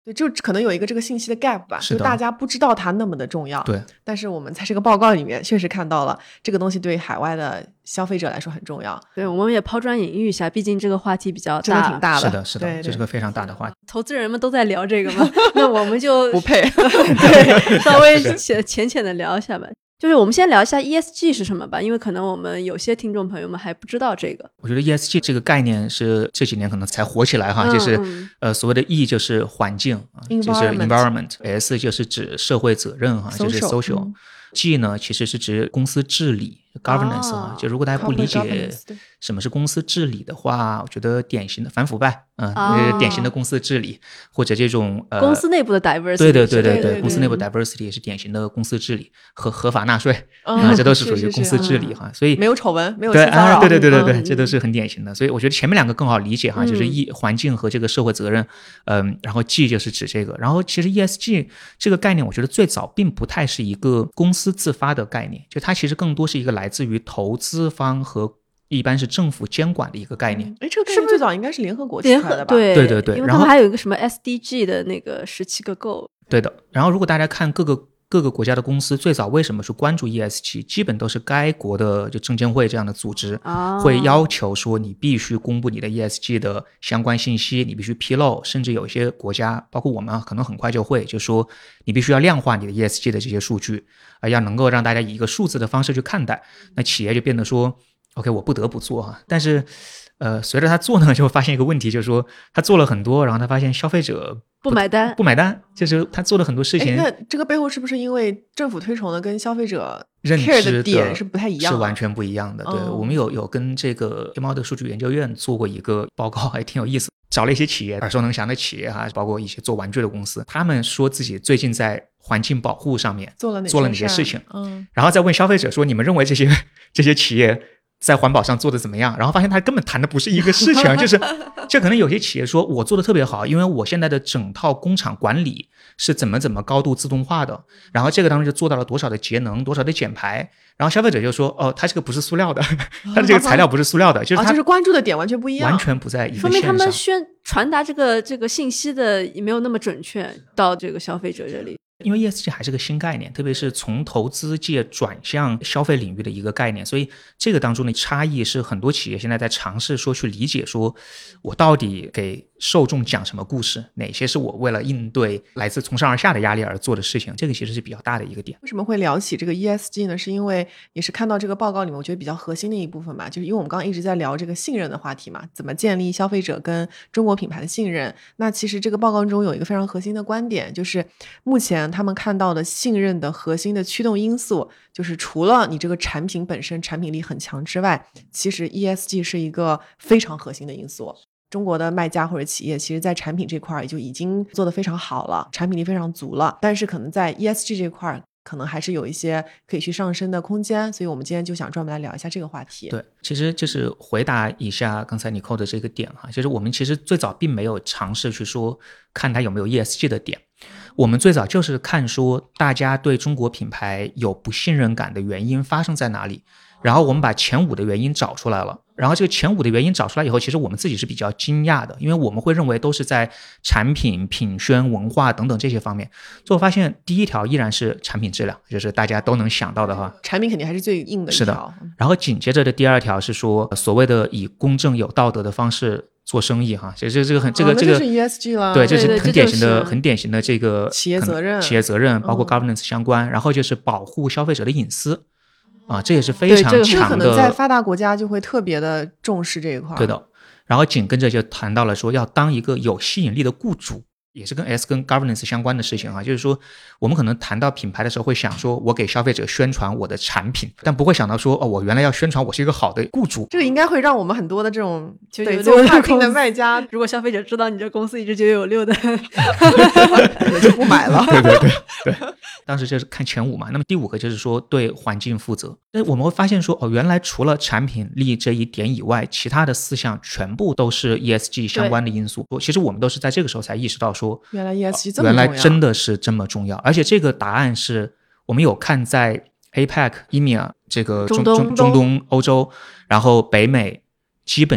对，就可能有一个这个信息的 gap 吧， 是的， 就大家不知道它那么的重要。 对， 但是我们在这个报告里面确实看到了这个东西对海外的消费者来说很重要。 对，我们也抛砖引玉一下，毕竟这个话题比较大， 真的挺大的。是的，这是个非常大的话题。 投资人们都在聊这个嘛，那我们就不配对，稍微浅浅的聊一下吧。就是我们先聊一下 ESG 是什么吧，因为可能我们有些听众朋友们还不知道这个。 我觉得 ESG 这个概念是这几年可能才火起来哈，就是所谓的 E 就是环境，就是 environment，S 就是指社会责任哈，就是 social。G 呢其实是指公司治理 governance，就如果大家不理解什么是公司治理的话，我觉得典型的反腐败典型的公司治理，或者这种公司内部的 diversity， 对，公司内部 diversity 也是典型的公司治理和合法纳税这都是属于公司治理哈，所以没有丑闻，没有性骚扰， 对，这都是很典型的。所以我觉得前面两个更好理解哈，就是 E 环境和这个社会责任，然后 G 就是指这个。然后其实 ESG 这个概念，我觉得最早并不太是一个公司自发的概念，就它其实更多是一个来自于投资方和一般是政府监管的一个概念。 这个概念最早应该是联合国提出来的吧？ 对， 因为他们还有一个什么 SDG 的那个17个 Go。 对的。然后如果大家看各个国家的公司最早为什么去关注 ESG， 基本都是该国的就证监会这样的组织会要求说你必须公布你的 ESG 的相关信息，你必须披露，甚至有一些国家包括我们可能很快就会就说你必须要量化你的 ESG 的这些数据要能够让大家以一个数字的方式去看待，那企业就变得说 OK 我不得不做但是随着他做呢，就会发现一个问题，就是说他做了很多，然后他发现消费者不买单，就是他做了很多事情。 那这个背后是不是因为政府推崇的跟消费者认知的点是不太一样的？ 是完全不一样的。对，我们有跟这个黑猫的数据研究院做过一个报告，还挺有意思，找了一些企业耳熟能详的企业包括一些做玩具的公司，他们说自己最近在环境保护上面做了哪些事情，然后再问消费者说你们认为这些企业在环保上做的怎么样，然后发现他根本谈的不是一个事情就是就可能有些企业说我做的特别好，因为我现在的整套工厂管理是怎么高度自动化的，然后这个当中就做到了多少的节能，多少的减排，然后消费者就说它这个不是塑料的它的这个材料不是塑料的，就是他就是关注的点完全不一样， 完全不在一个线上， 说明他们传达这个信息的也没有那么准确到这个消费者这里。 因为 ESG 还是个新概念，特别是从投资界转向消费领域的一个概念，所以这个当中的差异是很多企业现在在尝试说去理解，说我到底给受众讲什么故事，哪些是我为了应对来自从上而下的压力而做的事情，这个其实是比较大的一个点。 为什么会聊起这个 ESG 呢？是因为也是看到这个报告里面我觉得比较核心的一部分吧，就是因为我们刚刚一直在聊这个信任的话题嘛，怎么建立消费者跟中国品牌的信任。那其实这个报告中有一个非常核心的观点，就是目前他们看到的信任的核心的驱动因素，就是除了你这个产品本身产品力很强之外，其实 ESG 是一个非常核心的因素。中国的卖家或者企业其实在产品这块也就已经做得非常好了，产品力非常足了，但是可能在 ESG 这块可能还是有一些可以去上升的空间，所以我们今天就想专门来聊一下这个话题。 对，其实就是回答一下刚才你扣的这个点就是我们其实最早并没有尝试去说看它有没有 ESG 的点，我们最早就是看说大家对中国品牌有不信任感的原因发生在哪里，然后我们把前5的原因找出来了，然后这个前5的原因找出来以后，其实我们自己是比较惊讶的，因为我们会认为都是在产品、品宣、文化等等这些方面，最后发现第一条依然是产品质量，就是大家都能想到的产品肯定还是最硬的一条。 是的，然后紧接着的第2条是说所谓的以公正有道德的方式做生意其实这个那就是 ESG 了。 对，这是很典型的这个企业责任包括 governance 相关，然后就是保护消费者的隐私这也是非常强的， 可能在发达国家就会特别的重视这一块。 对的，然后紧跟着就谈到了说要当一个有吸引力的雇主，也是跟 S 跟 governance 相关的事情就是说我们可能谈到品牌的时候会想说我给消费者宣传我的产品，但不会想到说我原来要宣传我是一个好的雇主。 这个应该会让我们很多的这种对做跨境的卖家， 如果消费者知道你这公司一直996的也就不买了。 对，当时就是看前5嘛。那么第5个就是说对环境负责，但我们会发现说原来除了产品力这一点以外，其他的4项全部都是 ESG 相关的因素。其实我们都是在这个时候才意识到说原来 ESG 这么重要， 原来真的是这么重要。而且这个答案是我们有看在 APEC、EMEA 这个中东、欧洲，然后北美基本上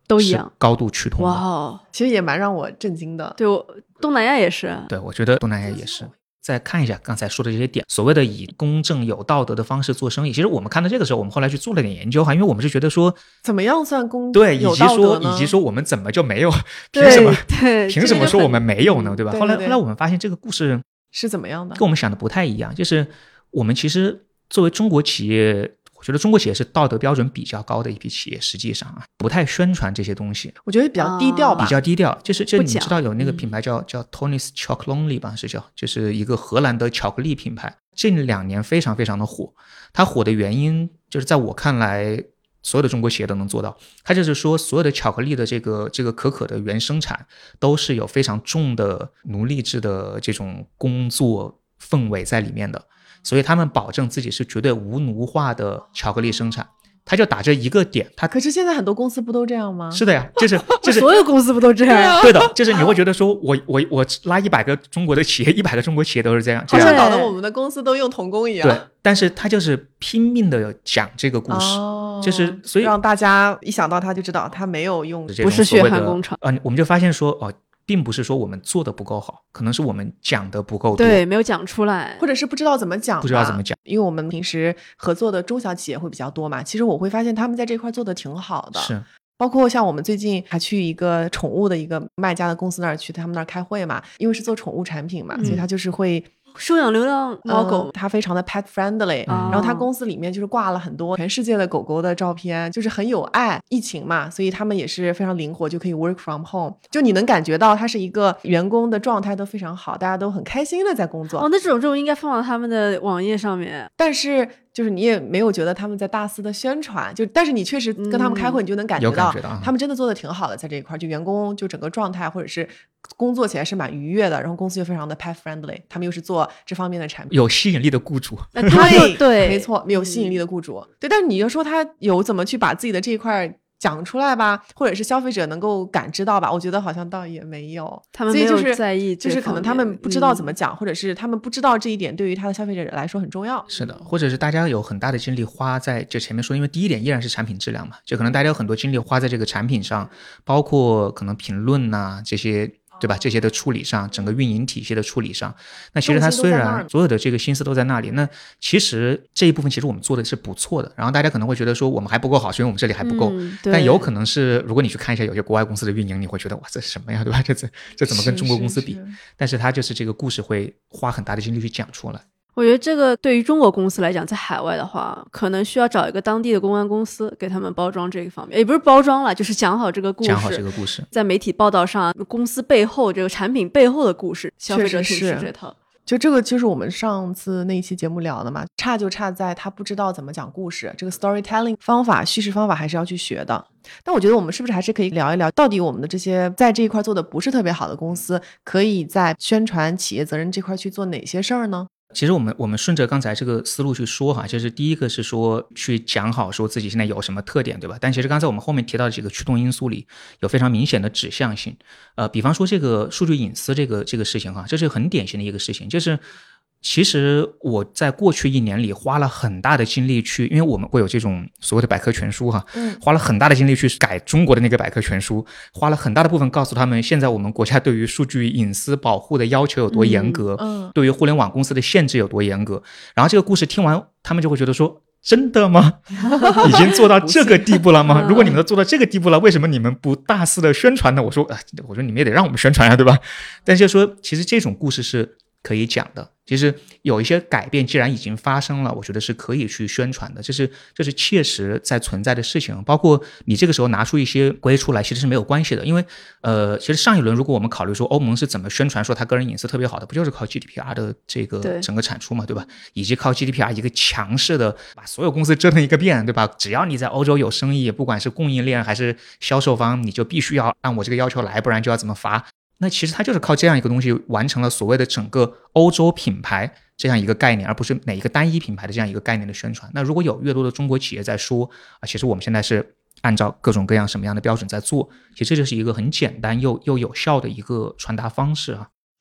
都一样， 是高度趋同的。 哇， 其实也蛮让我震惊的。 对，东南亚也是。 对，我觉得东南亚也是。再看一下刚才说的这些点，所谓的以公正有道德的方式做生意，其实我们看到这个时候，我们后来去做了点研究哈，因为我们是觉得说怎么样算公对， 有道德呢？ 以及说我们怎么就没有，凭什么对凭什么说我们没有呢？对吧？ 对后来我们发现这个故事是怎么样的， 跟我们想的不太一样，就是我们其实作为中国企业，我觉得中国企业是道德标准比较高的一批企业，实际上啊不太宣传这些东西， 我觉得比较低调吧， 比较低调。就是你知道有那个品牌叫 Tony's Chocolonely 吧，就是一个荷兰的巧克力品牌，近2年非常非常的火。它火的原因就是在我看来，所有的中国企业都能做到。它就是说，所有的巧克力的这个可可的原生产都是有非常重的奴隶制的这种工作氛围在里面的。所以他们保证自己是绝对无奴化的巧克力生产，他就打这一个点。 可是现在很多公司不都这样吗？ 是的呀，就是所有公司不都这样？ 对的，就是你会觉得说我拉100个中国的企业，100个中国企业都是这样， 好像搞得我们的公司都用童工一样。 对，但是他就是拼命的讲这个故事，就是所以让大家一想到他就知道他没有用， 不是血汗工厂。 我们就发现说并不是说我们做的不够好，可能是我们讲的不够多， 对，没有讲出来， 或者是不知道怎么讲，因为我们平时合作的中小企业会比较多嘛，其实我会发现他们在这块做的挺好的， 是。 包括像我们最近还去一个宠物的一个卖家的公司那儿去他们那儿开会嘛，因为是做宠物产品嘛，所以他就是会收养流浪猫狗， 它非常的 pet friendly，然后它公司里面就是挂了很多全世界的狗狗的照片，就是很有爱。疫情嘛，所以他们也是非常灵活，就可以 work from home， 就你能感觉到它是一个员工的状态都非常好，大家都很开心的在工作。 那这种应该放到他们的网页上面， 但是就是你也没有觉得他们在大肆的宣传，但是你确实跟他们开会，你就能感觉到他们真的做的挺好的，在这一块就员工就整个状态或者是工作起来是蛮愉悦的，然后公司又非常的 pet friendly， 他们又是做这方面的产品， 有吸引力的雇主， 对， 没错，有吸引力的雇主，对。但是你就说他有怎么去把自己的这一块讲出来吧，或者是消费者能够感知到吧，我觉得好像倒也没有， 他们没有在意， 就是可能他们不知道怎么讲，或者是他们不知道这一点对于他的消费者来说很重要。 是的，或者是大家有很大的精力花在就前面说，因为第一点依然是产品质量嘛，就可能大家有很多精力花在这个产品上，包括可能评论啊这些，对吧？这些的处理上，整个运营体系的处理上，那其实它虽然所有的这个心思都在那里，那其实这一部分其实我们做的是不错的。然后大家可能会觉得说我们还不够好，所以我们这里还不够。但有可能是如果你去看一下有些国外公司的运营，你会觉得哇，这是什么呀，对吧？这怎么跟中国公司比？但是它就是这个故事会花很大的精力去讲出来。 我觉得这个对于中国公司来讲，在海外的话，可能需要找一个当地的公关公司给他们包装这个方面，也不是包装了，就是讲好这个故事，在媒体报道上，公司背后这个产品背后的故事，消费者挺吃这套。 就这个就是我们上次那一期节目聊的嘛，差就差在他不知道怎么讲故事，这个 storytelling 方法、叙事方法还是要去学的。但我觉得我们是不是还是可以聊一聊，到底我们的这些在这一块做的不是特别好的公司，可以在宣传企业责任这块去做哪些事儿呢？ 其实我们顺着刚才这个思路去说哈，就是第一个是说去讲好说自己现在有什么特点，对吧？但其实刚才我们后面提到的几个驱动因素里有非常明显的指向性，比方说这个数据隐私这个事情哈，这是很典型的一个事情，就是其实我在过去1年里花了很大的精力去，因为我们会有这种所谓的百科全书哈，花了很大的精力去改中国的那个百科全书，花了很大的部分告诉他们现在我们国家对于数据隐私保护的要求有多严格，对于互联网公司的限制有多严格。然后这个故事听完，他们就会觉得说，真的吗？已经做到这个地步了吗？如果你们都做到这个地步了，为什么你们不大肆的宣传呢？我说你们也得让我们宣传呀，对吧？但是说其实这种故事是可以讲的，其实有一些改变既然已经发生了，我觉得是可以去宣传的，这是切实在存在的事情。包括你这个时候拿出一些规出来其实是没有关系的，因为其实上一轮如果我们考虑说欧盟是怎么宣传说它个人隐私特别好的，不就是靠 GDPR 的这个整个产出嘛，对吧？以及靠 GDPR 一个强势的把所有公司折腾一个遍，对吧？只要你在欧洲有生意，不管是供应链还是销售方，你就必须要按我这个要求来，不然就要怎么罚。那其实它就是靠这样一个东西完成了所谓的整个欧洲品牌这样一个概念，而不是哪一个单一品牌的这样一个概念的宣传。那如果有越多的中国企业在说其实我们现在是按照各种各样什么样的标准在做，其实这就是一个很简单又有效的一个传达方式啊。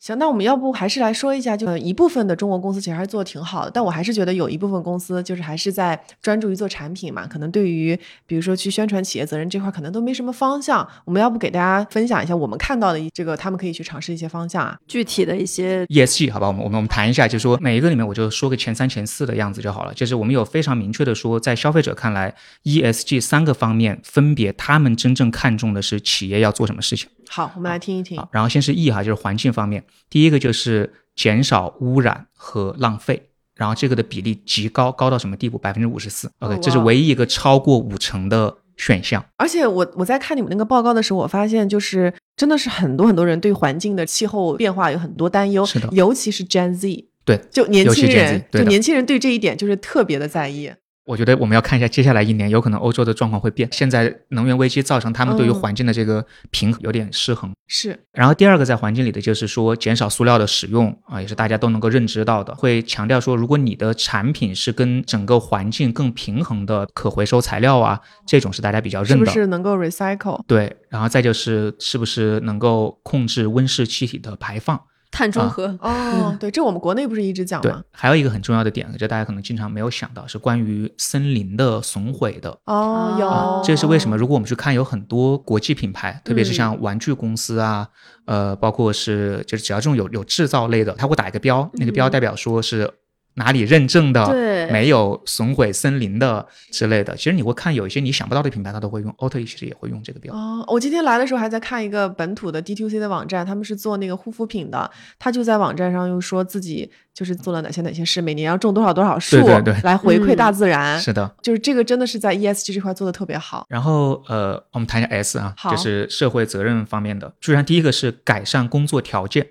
行，那我们要不还是来说一下，就一部分的中国公司其实还是做得挺好的，但我还是觉得有一部分公司就是还是在专注于做产品嘛，可能对于比如说去宣传企业责任这块可能都没什么方向。我们要不给大家分享一下我们看到的这个他们可以去尝试一些方向啊， 具体的一些 ESG 好吧，我们谈一下，就是说每一个里面我就说个前3前4的样子就好了。就是我们有非常明确的说，在消费者看来 ESG 3个方面分别他们真正看重的是企业要做什么事情。 好，我们来听一听。 然后先是 E 哈，就是环境方面，第一个就是减少污染和浪费，然后这个的比例极高，高到什么地步？54%。OK， 这是唯一一个超过50%的选项。 而且我在看你们那个报告的时候，我发现就是真的是很多人对环境的气候变化有很多担忧， 是的， 尤其是 Gen Z， 对， 就年轻人， 就年轻人对这一点就是特别的在意。 我觉得我们要看一下接下来1年有可能欧洲的状况会变，现在能源危机造成他们对于环境的这个平衡有点失衡。 是。 然后第二个在环境里的就是说减少塑料的使用啊，也是大家都能够认知到的，会强调说如果你的产品是跟整个环境更平衡的可回收材料啊，这种是大家比较认的， 是不是能够 recycle？ 对，然后再就是是不是能够控制温室气体的排放， 碳中和。 对，这我们国内不是一直讲吗？ 对，还有一个很重要的点，这大家可能经常没有想到，是关于森林的损毁的。 有。 这是为什么？如果我们去看有很多国际品牌，特别是像玩具公司啊，包括是就是只要这种有制造类的，它会打一个标，那个标代表说是哪里认证的，没有损毁森林的之类的。其实你会看有一些你想不到的品牌，它都会用 Oatly 其实也会用这个标。 我今天来的时候还在看一个本土的 D2C 的网站，他们是做那个护肤品的，他就在网站上又说自己就是做了哪些事，每年要种多少树， 对， 来回馈大自然。 是的， 就是这个真的是在 ESG 这块做的特别好。 然后我们谈一下 S 啊，就是社会责任方面的。居然第一个是改善工作条件。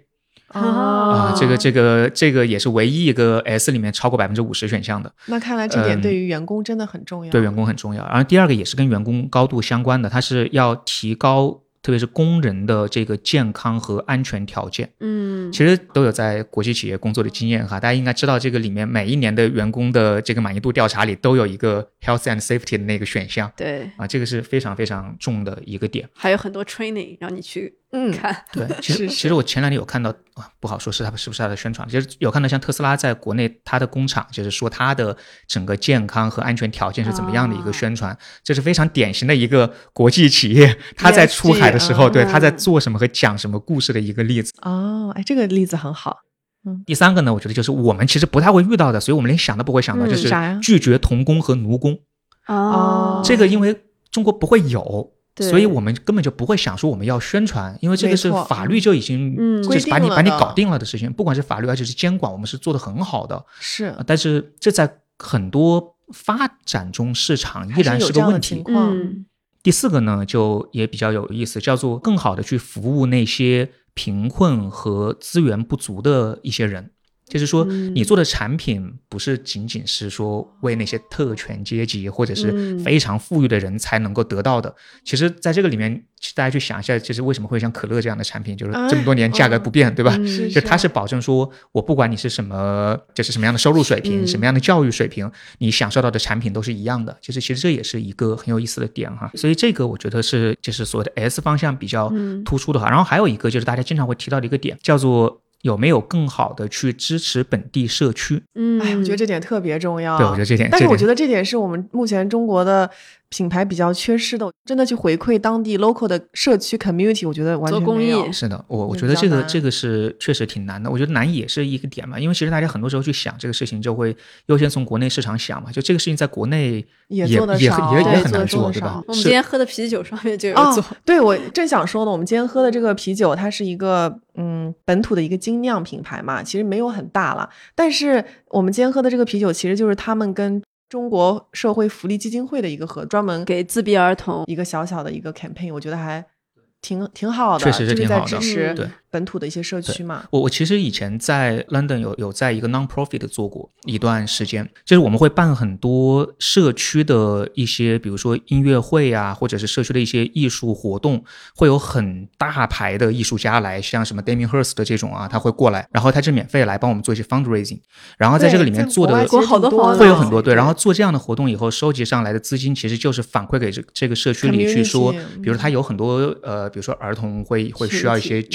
这个也是唯一一个 S 里面超过50%选项的。 那看来这点对于员工真的很重要。 对员工很重要。然后第二个也是跟员工高度相关的，它是要提高特别是工人的这个健康和安全条件。其实都有在国际企业工作的经验哈，大家应该知道这个里面每一年的员工的这个满意度调查里都有一个 health and safety 的那个选项。 对这个是非常非常重的一个点， 还有很多 training 让你去看。 对，其实我前2天有看到不好说是不是他的宣传，其实有看到像特斯拉在国内它的工厂就是说它的整个健康和安全条件是怎么样的一个宣传，这是非常典型的一个国际企业它在出海的时候对它在做什么和讲什么故事的一个例子。 这个例子很好。 第3个呢，我觉得就是我们其实不太会遇到的，所以我们连想都不会想到，就是拒绝童工和奴工。这个因为中国不会有，所以我们根本就不会想说我们要宣传，因为这个是法律就已经就是把你搞定了的事情，不管是法律还是监管，我们是做得很好的。 是， 但是这在很多发展中市场依然是个问题。第4个呢，就也比较有意思，叫做更好的去服务那些贫困和资源不足的一些人。就是说你做的产品不是仅仅是说为那些特权阶级或者是非常富裕的人才能够得到的。其实在这个里面大家去想一下，就是为什么会像可乐这样的产品就是这么多年价格不变，对吧？就它是保证说我不管你是什么就是什么样的收入水平，什么样的教育水平，你享受到的产品都是一样的。其实这也是一个很有意思的点哈。所以这个我觉得是就是所谓的 S 方向比较突出的哈。然后还有一个就是大家经常会提到的一个点，叫做有没有更好的去支持本地社区。 我觉得这点特别重要。 对，我觉得这点， 但是我觉得这点是我们目前中国的品牌比较缺失的，真的去回馈当地 local 的社区 community， 我觉得完全没有。 做公益是的，我觉得这个是确实挺难的。我觉得难也是一个点嘛，因为其实大家很多时候去想这个事情，就会优先从国内市场想嘛，就这个事情在国内也做得少， 也很难做，对吧？ 我们今天喝的啤酒上面就有做。 对，我正想说呢，我们今天喝的这个啤酒，它是一个本土的一个精酿品牌嘛，其实没有很大了，但是我们今天喝的这个啤酒其实就是他们跟中国社会福利基金会的一个专门给自闭儿童一个小小的一个 campaign， 我觉得还挺好的， 确实是挺好的， 就是在支持本土的一些社区嘛。 我其实以前在 London 有在一个 non-profit 做过一段时间，就是我们会办很多社区的一些比如说音乐会啊，或者是社区的一些艺术活动，会有很大牌的艺术家来，像什么 Damien Hirst 的这种啊，他会过来，然后他是免费来帮我们做一些 fundraising， 然后在这个里面做的会有很多，对，然后做这样的活动以后收集上来的资金其实就是反馈给这个社区里去说，比如他有很多比如说儿童会需要一些救助啊，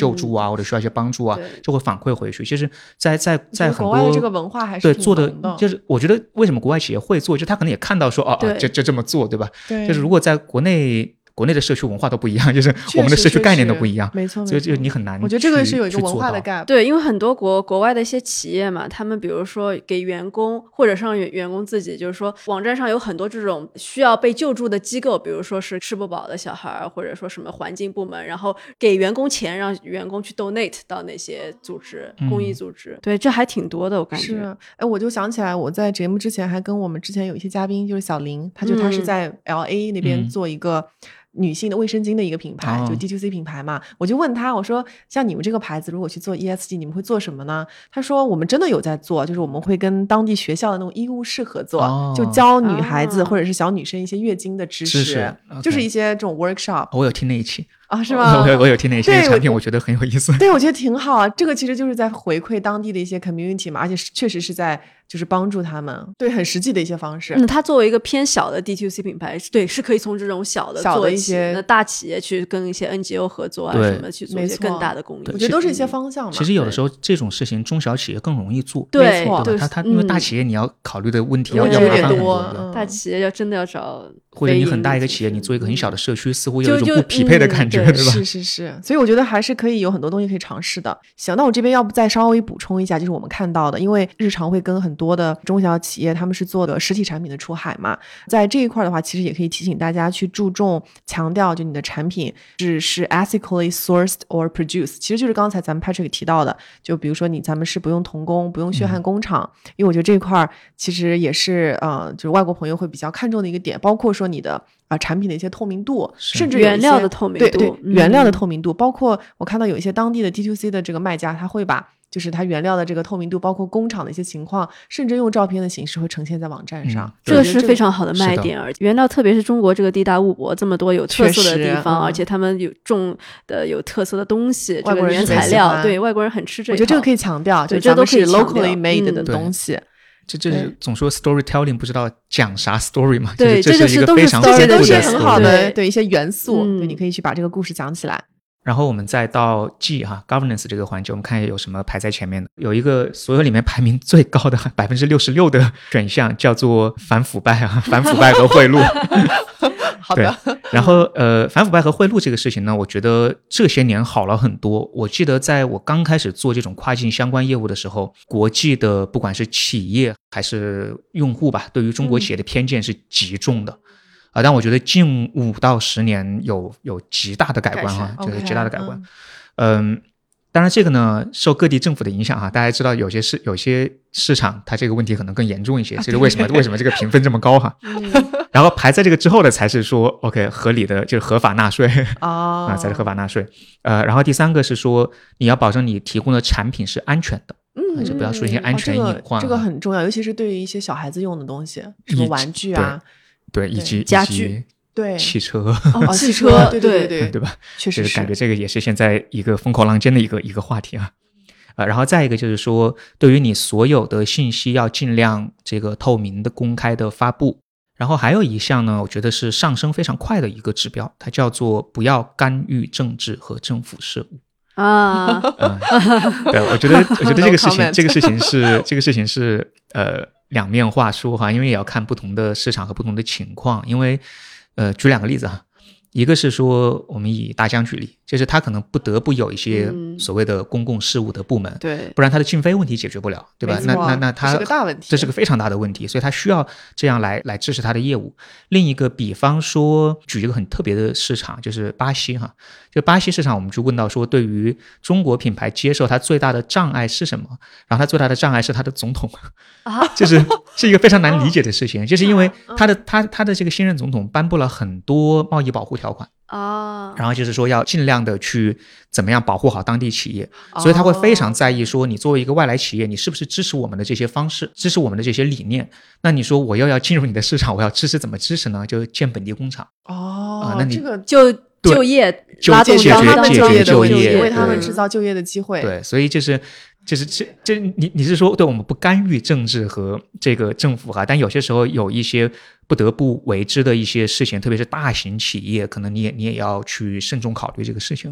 啊，或者需要一些帮助啊，就会反馈回去。其实在很多国外的这个文化还是对做的挺浓的， 就是我觉得为什么国外企业会做，就他可能也看到说就这么做，对吧？ 对， 就是如果在国内的社区文化都不一样，就是我们的社区概念都不一样， 没错， 所以就你很难。 我觉得这个是有一个文化的 gap。 对，因为很多国外的一些企业嘛，他们比如说给员工或者是让员工自己，就是说网站上有很多这种需要被救助的机构，比如说是吃不饱的小孩，或者说什么环境部门，然后给员工钱，让员工去 donate 到那些组织、公益组织。对，这还挺多的，我感觉。 是，我就想起来，我在节目之前还跟我们之前有一些嘉宾，就是小林，他是在 LA 那边做一个女性的卫生巾的一个品牌，就 D2C 品牌嘛。我就问他，我说像你们这个牌子如果去做 ESG 你们会做什么呢？他说我们真的有在做，就是我们会跟当地学校的那种医务室合作，就教女孩子或者是小女生一些月经的知识，就是一些这种 workshop。 我有听那一期啊，是吗？ 我有听那些产品，我觉得很有意思。 对，我觉得挺好啊。这个其实就是在回馈当地的一些 community 嘛，而且确实是在就是帮助他们，对，很实际的一些方式。 它作为一个偏小的 D2C 品牌，对，是可以从这种小的一些大企业去跟一些 NGO 合作啊，什么去做一些更大的公益。 我觉得都是一些方向嘛。 其实有的时候这种事情中小企业更容易做， 对， 对吧？它因为大企业你要考虑的问题要有点多， 大企业真的要找。 或者你很大一个企业，你做一个很小的社区，似乎有一种不匹配的感觉，对吧？ 是，所以我觉得还是可以有很多东西可以尝试的。行，那我这边要不再稍微补充一下，就是我们看到的，因为日常会跟很多的中小企业，他们是做的实体产品的出海嘛，在这一块的话，其实也可以提醒大家去注重强调，就你的产品是 ethically sourced or produced， 其实就是刚才咱们 Patrick 提到的，就比如说咱们是不用童工，不用血汗工厂，因为我觉得这一块其实也是就是外国朋友会比较看重的一个点，包括说你的产品的一些透明度，甚至原料的透明度， 对，原料的透明度，包括我看到有一些当地的 D2C 的这个卖家，他会把就是它原料的这个透明度，包括工厂的一些情况，甚至用照片的形式会呈现在网站上， 这个是非常好的卖点。而原料特别是中国这个地大物博，这么多有特色的地方，而且他们有种的有特色的东西，这个原材料，对外国人很吃这一套。 我觉得这个可以强调，就这都是 locally made 的东西。 这是总说 storytelling 不知道讲啥 story 嘛？ 对， 这是一个非常这些都是 story 很好的对一些元素，对，你可以去把这个故事讲起来。 然后我们再到 G governance 这个环节，我们看有什么排在前面的。有一个所有里面排名最高的 66% 的选项叫做反腐败反腐败和贿赂。 好的。 然后反腐败和贿赂这个事情呢，我觉得这些年好了很多。我记得在我刚开始做这种跨境相关业务的时候，国际的不管是企业还是用户吧，对于中国企业的偏见是极重的。但我觉得近5到10年有极大的改观就是极大的改观。当然这个呢受各地政府的影响大家知道有些市场它这个问题可能更严重一些，这是为什么这个评分这么高然后排在这个之后的才是说 OK 合理的就是合法纳税才是合法纳税。然后第3个是说你要保证你提供的产品是安全的。就不要说一些安全隐患这个很重要，尤其是对于一些小孩子用的东西，什么玩具啊， 对，以及家具， 对， 汽车， 汽车， 对吧？ 确实是， 感觉这个也是现在一个风口浪尖的一个话题然后再一个就是说，对于你所有的信息要尽量这个透明的、公开的发布。然后还有一项呢，我觉得是上升非常快的一个指标，它叫做不要干预政治和政府事务。对，我觉得这个事情是两面话说因为也要看不同的市场和不同的情况。因为举2个例子一个是说我们以大疆举例，就是他可能不得不有一些所谓的公共事务的部门， 对， 不然他的经费问题解决不了，对吧？那他这是个大问题， 这是个非常大的问题，所以他需要这样来支持他的业务。另一个比方说举一个很特别的市场，就是巴西就巴西市场，我们就问到说对于中国品牌接受它最大的障碍是什么，然后它最大的障碍是它的总统就是一个非常难理解的事情，就是因为他的这个新任总统颁布了很多贸易保护条款然后就是说要尽量的去怎么样保护好当地企业，所以他会非常在意说你作为一个外来企业，你是不是支持我们的这些方式，支持我们的这些理念。那你说我又要进入你的市场，我要支持，怎么支持呢？就建本地工厂那你这个就业拉动解决就业， 为他们制造就业的机会。 对，所以你是说对我们不干预政治和这个政府但有些时候有一些不得不为之的一些事情，特别是大型企业，可能你也要去慎重考虑这个事情。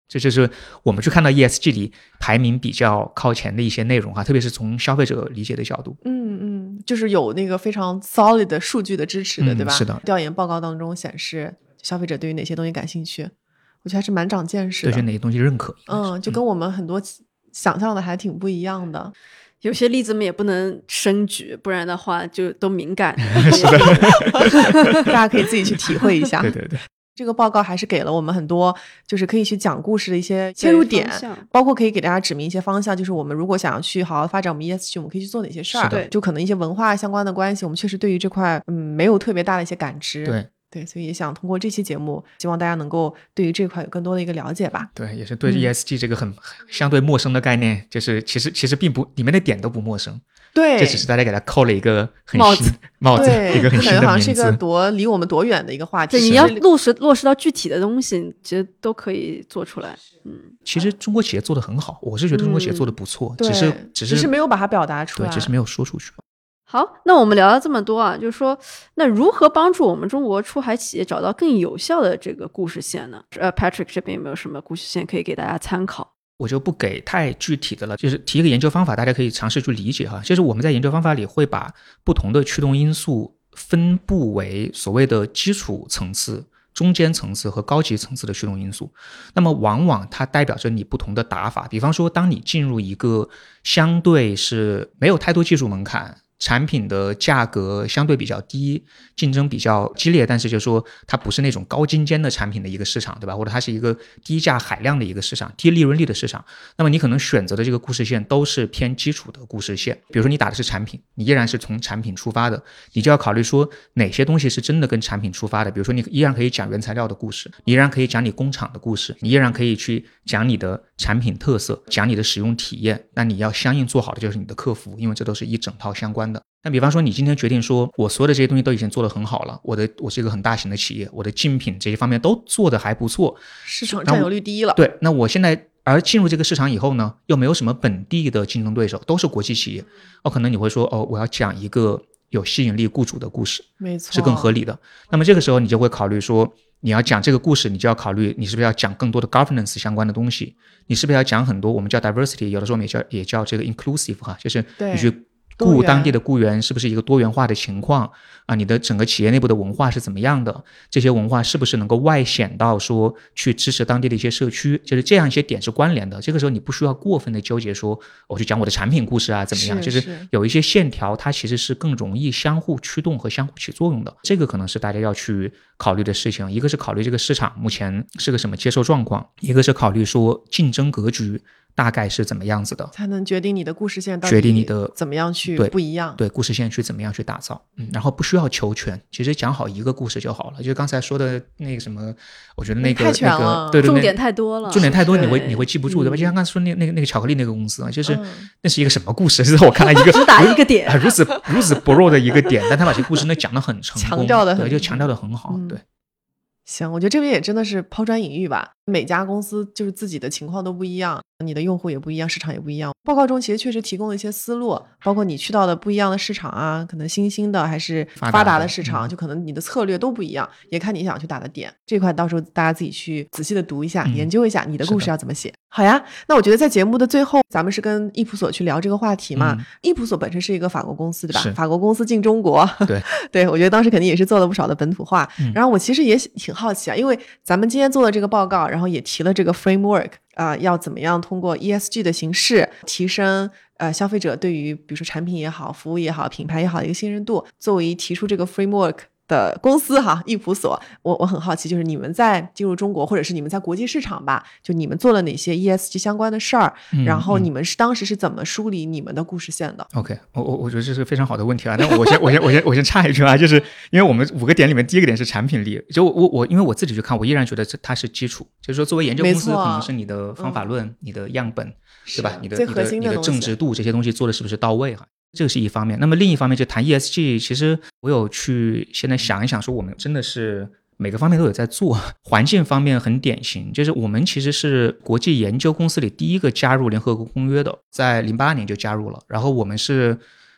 这就是我们去看到 ESG 里排名比较靠前的一些内容特别是从消费者理解的角度。 就是有那个非常 solid 的数据的支持的，对吧？ 是的。 调研报告当中显示消费者对于哪些东西感兴趣，我觉得还是蛮长见识的。 对哪些东西认可。 就跟我们很多想象的还挺不一样的。 有些例子们也不能深举，不然的话就都敏感。 是的， 大家可以自己去体会一下。 对对对。 这个报告还是给了我们很多就是可以去讲故事的一些切入点，包括可以给大家指明一些方向，就是我们如果想要去好好发展我们 ESG 我们可以去做哪些事儿。 对， 就可能一些文化相关的关系我们确实对于这块没有特别大的一些感知。对，所以也想通过这期节目希望大家能够对于这块有更多的一个了解吧。 对，也是对 ESG 这个很相对陌生的概念，就是其实并不里面的点都不陌生。 对， 这只是大家给它扣了一个很新帽子，一个很新的名字， 好像是一个离我们多远的一个话题。 对，你要落实到具体的东西，其实都可以做出来。 其实中国企业做得很好，我是觉得中国企业做得不错，只是没有把它表达出来， 对，只是没有说出去。 好，那我们聊了这么多就是说，那如何帮助我们中国出海企业找到更有效的这个故事线呢？Patrick 这边有没有什么故事线可以给大家参考？ 我就不给太具体的了，就是提一个研究方法，大家可以尝试去理解就是我们在研究方法里会把不同的驱动因素分布为所谓的基础层次、中间层次和高级层次的驱动因素。那么往往它代表着你不同的打法，比方说当你进入一个相对是没有太多技术门槛，产品的价格相对比较低，竞争比较激烈，但是就是说它不是那种高精尖的产品的一个市场，对吧？或者它是一个低价海量的一个市场，低利润率的市场，那么你可能选择的这个故事线都是偏基础的故事线。比如说你打的是产品，你依然是从产品出发的，你就要考虑说哪些东西是真的跟产品出发的。比如说你依然可以讲原材料的故事，你依然可以讲你工厂的故事，你依然可以去讲你的产品特色，讲你的使用体验。那你要相应做好的就是你的客服，因为这都是一整套相关的。那比方说你今天决定说我所有的这些东西都已经做得很好了，我是一个很大型的企业，我的竞品这些方面都做得还不错， 市场占有率低了。 对，那我现在而进入这个市场以后呢，又没有什么本地的竞争对手，都是国际企业，可能你会说我要讲一个有吸引力雇主的故事， 没错， 是更合理的。那么这个时候你就会考虑说，你要讲这个故事，你就要考虑你是不是要讲更多的 governance 相关的东西，你是不是要讲很多我们叫 diversity， 有的时候也叫这个 inclusive 就是你去雇当地的雇员是不是一个多元化的情况你的整个企业内部的文化是怎么样的，这些文化是不是能够外显到说去支持当地的一些社区，就是这样一些点是关联的。这个时候你不需要过分的纠结说我去讲我的产品故事怎么样，就是有一些线条它其实是更容易相互驱动和相互起作用的，这个可能是大家要去考虑的事情。一个是考虑这个市场目前是个什么接受状况，一个是考虑说竞争格局大概是怎么样子的， 才能决定你的故事线到底决定你的怎么样去不一样。 对故事线去怎么样去打造然后不需要求全，其实讲好一个故事就好了。就刚才说的那个什么，我觉得那个太全了， 对重点太多了， 重点太多你会记不住，对吧？就像刚才说那个巧克力那个公司就是那是一个什么故事，在我看来一个只打一个点如此薄弱的一个点，但他把这个故事讲得很成功， 强调的就强调的很好对。 行，我觉得这边也真的是抛砖引玉吧，每家公司就是自己的情况都不一样，你的用户也不一样，市场也不一样。报告中其实确实提供了一些思路，包括你去到的不一样的市场可能新兴的还是发达的市场就可能你的策略都不一样，也看你想去打的点。这块到时候大家自己去仔细的读一下研究一下你的故事要怎么写。好呀，那我觉得在节目的最后咱们是跟易普所去聊这个话题嘛易普所本身是一个法国公司对吧？法国公司进中国对对，我觉得当时肯定也是做了不少的本土化然后我其实也挺好奇因为咱们今天做的这个报告然后也提了这个 framework要怎么样通过 ESG 的形式提升消费者对于比如说产品也好服务也好品牌也好的一个信任度。作为提出这个 framework的公司易普所，我很好奇就是你们在进入中国或者是你们在国际市场吧，就你们做了哪些 ESG 相关的事儿然后你们当时是怎么梳理你们的故事线的？ OK， 我觉得这是个非常好的问题但我先插一句就是因为我们5个点里面第一个点是产品力，就我因为我自己去看，我依然觉得它是基础，就是说作为研究公司可能是你的方法论你的样本对吧？你的正直度这些东西做的是不是到位这个是一方面。那么另一方面就谈 ESG， 其实我有去现在想一想说我们真的是每个方面都有在做。环境方面很典型，就是我们其实是国际研究公司里第一个加入联合国公约的，在08年就加入了，然后我们是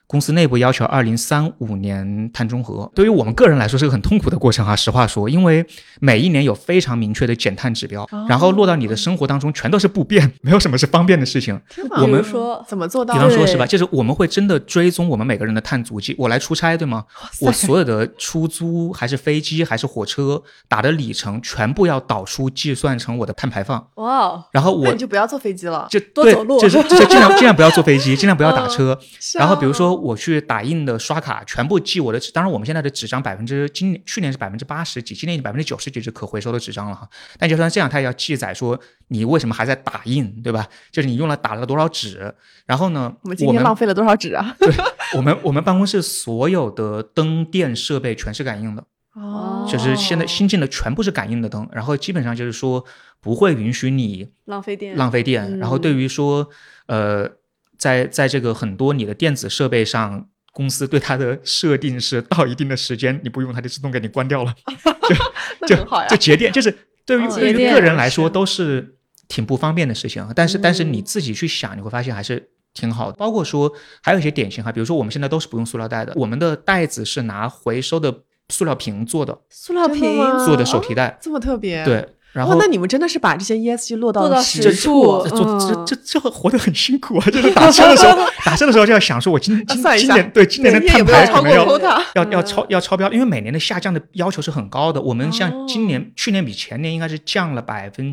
公司内部要求2035年碳中和。对于我们个人来说是个很痛苦的过程啊，实话说，因为每一年有非常明确的减碳指标，然后落到你的生活当中全都是不便，没有什么是方便的事情。我们说怎么做到？ 比方说是吧，就是我们会真的追踪我们每个人的碳足迹。我来出差对吗？我所有的出租还是飞机还是火车打的里程全部要导出计算成我的碳排放。 哇！ 然后那你就不要坐飞机了， 就多走路， 就是尽量不要坐飞机，尽量不要打车。然后比如说我去打印的刷卡，全部记我的纸。当然我们现在的纸张去年是80%几，今年90%几是可回收的纸张了哈。但就算这样，它也要记载说你为什么还在打印，对吧？就是你打了多少纸。然后呢， 我们今天浪费了多少纸啊？ 对，我们办公室所有的灯电设备全是感应的。就是现在新进的全部是感应的灯，然后基本上就是说不会允许你浪费电。然后对于说在这个很多你的电子设备上，公司对它的设定是到一定的时间你不用它就自动给你关掉了。就节电，就是对于个人来说都是挺不方便的事情。但是你自己去想，你会发现还是挺好的。包括说还有一些典型哈，比如说我们现在都是不用塑料袋的，我们的袋子是拿回收的塑料瓶做的，做的手提袋， 这么特别。 对，然后那你们真的是把这些 ESG 落到实处， 这活得很辛苦啊！就是打车的时候就要想说，我今年的碳排可能要超标，因为每年的下降的要求是很高的。我们像去年比前年应该是降了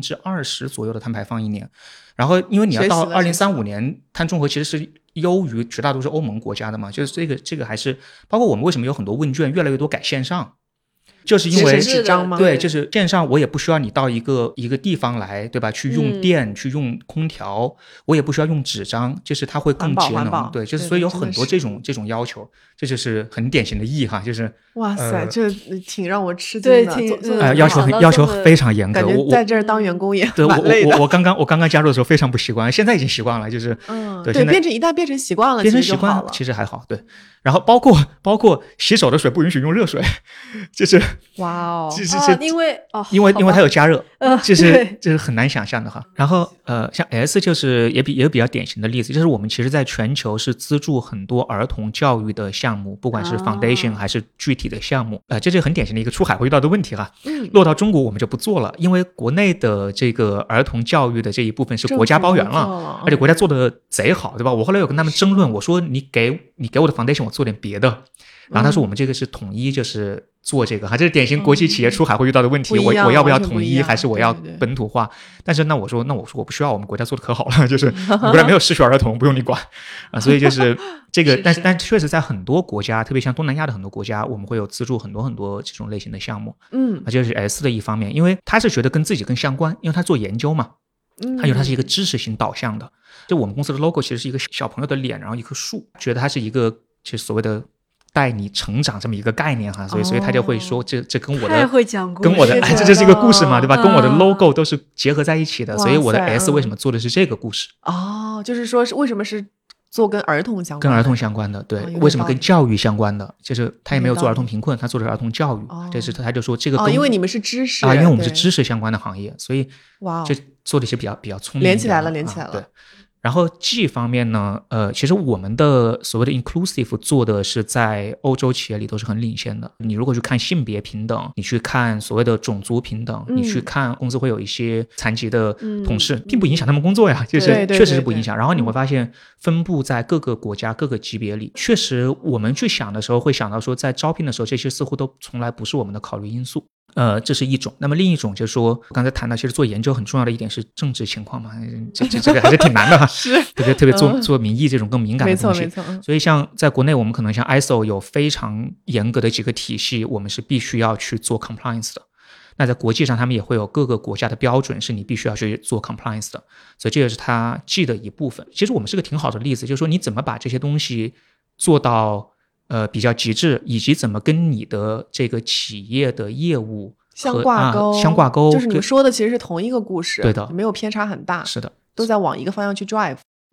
20%左右的碳排放一年。然后因为你要到2035年碳中和，其实是优于绝大多数欧盟国家的嘛，就是这个还是包括我们为什么有很多问卷越来越多改线上。就是因为纸张吗？ 对，就是线上我也不需要你到一个地方来，对吧？去用电，去用空调，我也不需要用纸张，就是它会更节能。对，就是所以有很多这种要求，这就是很典型的 E 哈，就是哇塞，这挺让我吃惊的。 要求非常严格。 感觉在这儿当员工也蛮累的。我刚刚加入的时候非常不习惯，现在已经习惯了，就是对，一旦变成习惯了， 其实还好，对。然后包括洗手的水不允许用热水，就是哇哦， 因为它有加热，就是很难想象的哈。然后像 S 就是也比较典型的例子，就是我们其实在全球是资助很多儿童教育的项目，不管是 foundation 还是具体的项目，这是很典型的一个出海会遇到的问题哈。落到中国我们就不做了，因为国内的这个儿童教育的这一部分是国家包圆了，而且国家做的贼好，对吧？我后来有跟他们争论，我说你给我的 foundation 我做点别的，然后他说我们这个是统一，就是做这个，这是典型国际企业出海会遇到的问题。我要不要统一，还是我要本土化？但是那我说我不需要，我们国家做的可好了，就是国家没有失学儿童，不用你管啊。所以就是这个，但确实在很多国家，特别像东南亚的很多国家，我们会有资助很多这种类型的项目。这是 S 的一方面，因为他是觉得跟自己更相关，因为他做研究嘛。还有它是一个知识型导向的，就我们公司的 logo 其实是一个小朋友的脸，然后一棵树，觉得它是一个就是所谓的带你成长这么一个概念哈，所以他就会说这跟我的这就是一个故事嘛，对吧？跟我的 logo 都是结合在一起的，所以我的 S 为什么做的是这个故事？ 就是说为什么是做跟儿童相关的，对，为什么跟教育相关的？就是他也没有做儿童贫困，他做的是儿童教育，这是他就说这个因为你们是知识因为我们是知识相关的行业，所以就做的一些比较聪明连起来了。 对。然后 G 方面呢，其实我们的所谓的 inclusive 做的是在欧洲企业里都是很领先的。你如果去看性别平等，你去看所谓的种族平等，你去看公司会有一些残疾的同事，并不影响他们工作呀，就是确实是不影响。然后你会发现分布在各个国家各个级别里，确实我们去想的时候会想到说，在招聘的时候这些似乎都从来不是我们的考虑因素。这是一种。那么另一种就是说，我刚才谈到，其实做研究很重要的一点是政治情况嘛，这个还是挺难的哈。 是， 特别做民意这种更敏感的东西。 没错。 所以像在国内，我们可能像 ISO 有非常严格的几个体系，我们是必须要去做 compliance 的。那在国际上，他们也会有各个国家的标准，是你必须要去做 compliance 的。所以这也是它G的一部分。其实我们是个挺好的例子，就是说你怎么把这些东西做到比较极致，以及怎么跟你的这个企业的业务相挂钩，就是你们说的其实是同一个故事， 对的， 没有偏差很大， 是的， 都在往一个方向去 drive。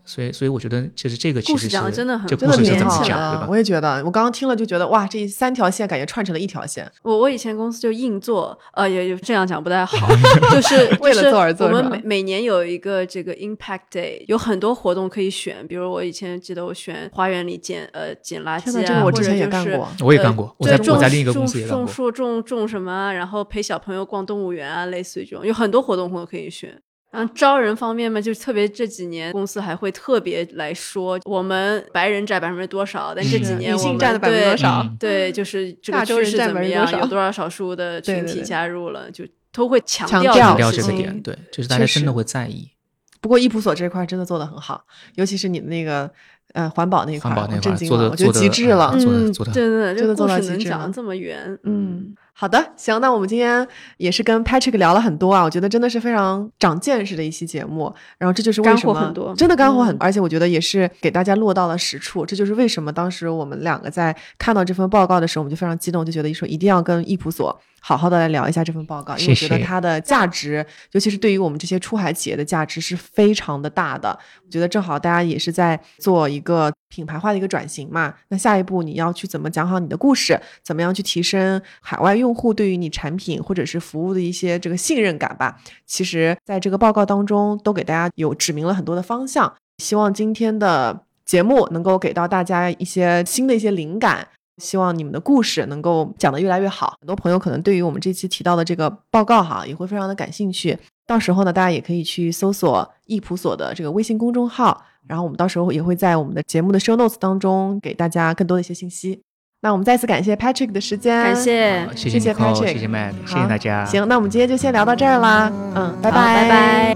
所以我觉得其实这个其实是故事讲的真的很这故事是怎么好讲，对吧？ 我也觉得，我刚刚听了就觉得哇，这3条线感觉串成了一条线。 我以前公司就硬做，也这样讲不太好，就是为了做而做。 我们每年有一个这个 Impact Day， 有很多活动可以选，比如我以前记得我选花园里捡垃圾啊， 这个我之前也干过， 我也干过，我在另一个公司也干过。 种树种什么，然后陪小朋友逛动物园啊，类似于这种，有很多活动可以选。然后招人方面嘛，就特别这几年公司还会特别来说，我们白人占多少，但这几年女性占的多少？ 对，就是这个趋势怎么样，有多少少数的群体加入了，就都会强调这个点，对，就是大家真的会在意。 不过易普所这块真的做得很好，尤其是你的那个环保那块，我震惊了，我觉得极致了， 做的真的做到极致， 能讲这么圆， 好的，行，那我们今天也是跟 Patrick 聊了很多啊，我觉得真的是非常长见识的一期节目，然后这就是为什么干货很多， 真的干货很多，而且我觉得也是给大家落到了实处，这就是为什么当时我们2个在看到这份报告的时候，我们就非常激动，就觉得说一定要跟易普所好好的来聊一下这份报告，因为我觉得它的价值，尤其是对于我们这些出海企业的价值是非常的大的。我觉得正好大家也是在做一个品牌化的一个转型嘛，那下一步你要去怎么讲好你的故事，怎么样去提升海外用户对于你产品或者是服务的一些这个信任感吧，其实在这个报告当中都给大家有指明了很多的方向，希望今天的节目能够给到大家一些新的一些灵感，希望你们的故事能够讲得越来越好。很多朋友可能对于我们这期提到的这个报告也会非常的感兴趣，到时候呢大家也可以去搜索易普所的这个微信公众号，然后我们到时候也会在我们的节目的 show notes 当中给大家更多的一些信息。那我们再次感谢 Patrick 的时间， 感谢， 谢谢 Patrick， 谢谢 Matt， 谢谢大家。 行，那我们今天就先聊到这儿啦，拜拜， 拜拜。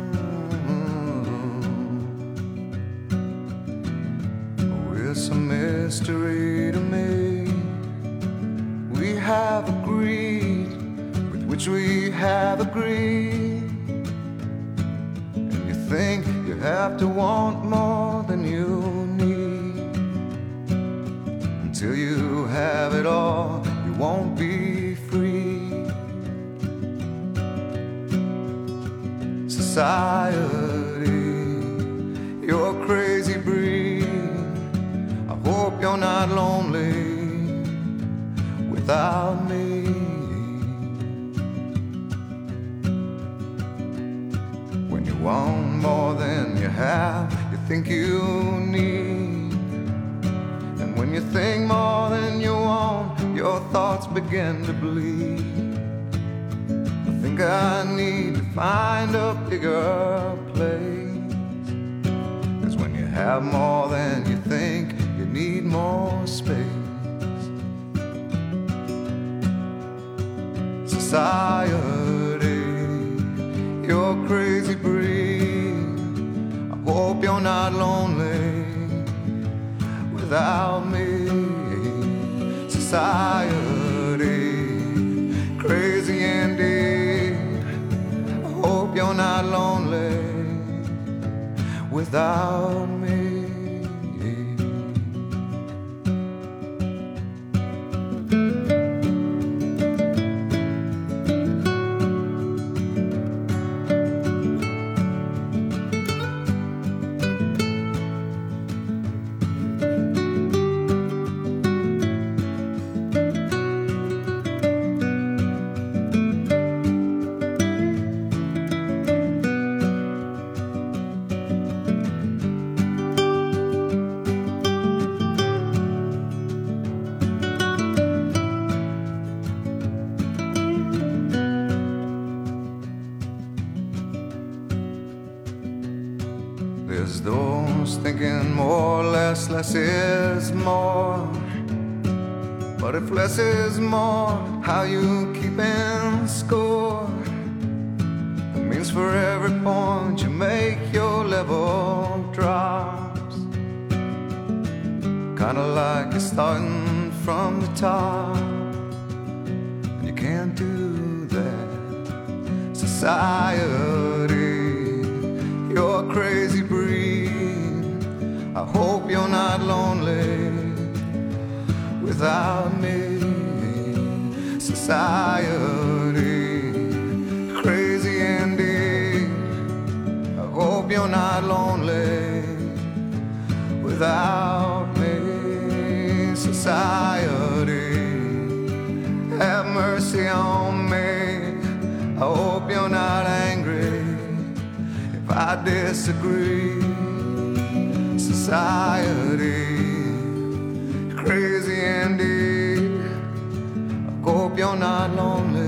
It's a mystery to me. We have agreed with which we have agreed, and you think you have to want more than you need. Until you have it all, you won't be free. Society, you're a crazy breed. I hope you're not lonely without me. When you want more than you have, you think you need. And when you think more than you want, your thoughts begin to bleed. I think I need to find a bigger place. 'Cause when you have more than you think, you need more space. Society, you're a crazy breed. I hope you're not lonely without me. Society, crazy indeed. I hope you're not lonely without me. There's those thinking more, less is more. But if less is more, how you keeping score? It means for every point you make, your level drops. Kinda like you're starting from the top, and you can't do that. Society, you're a crazy breed. I hope you're not lonely without me. Society, crazy indeed. I hope you're not lonely without me. Society, have mercy on me. I hope you're not angry if I disagree. Society, crazy indeed. I hope you're not lonely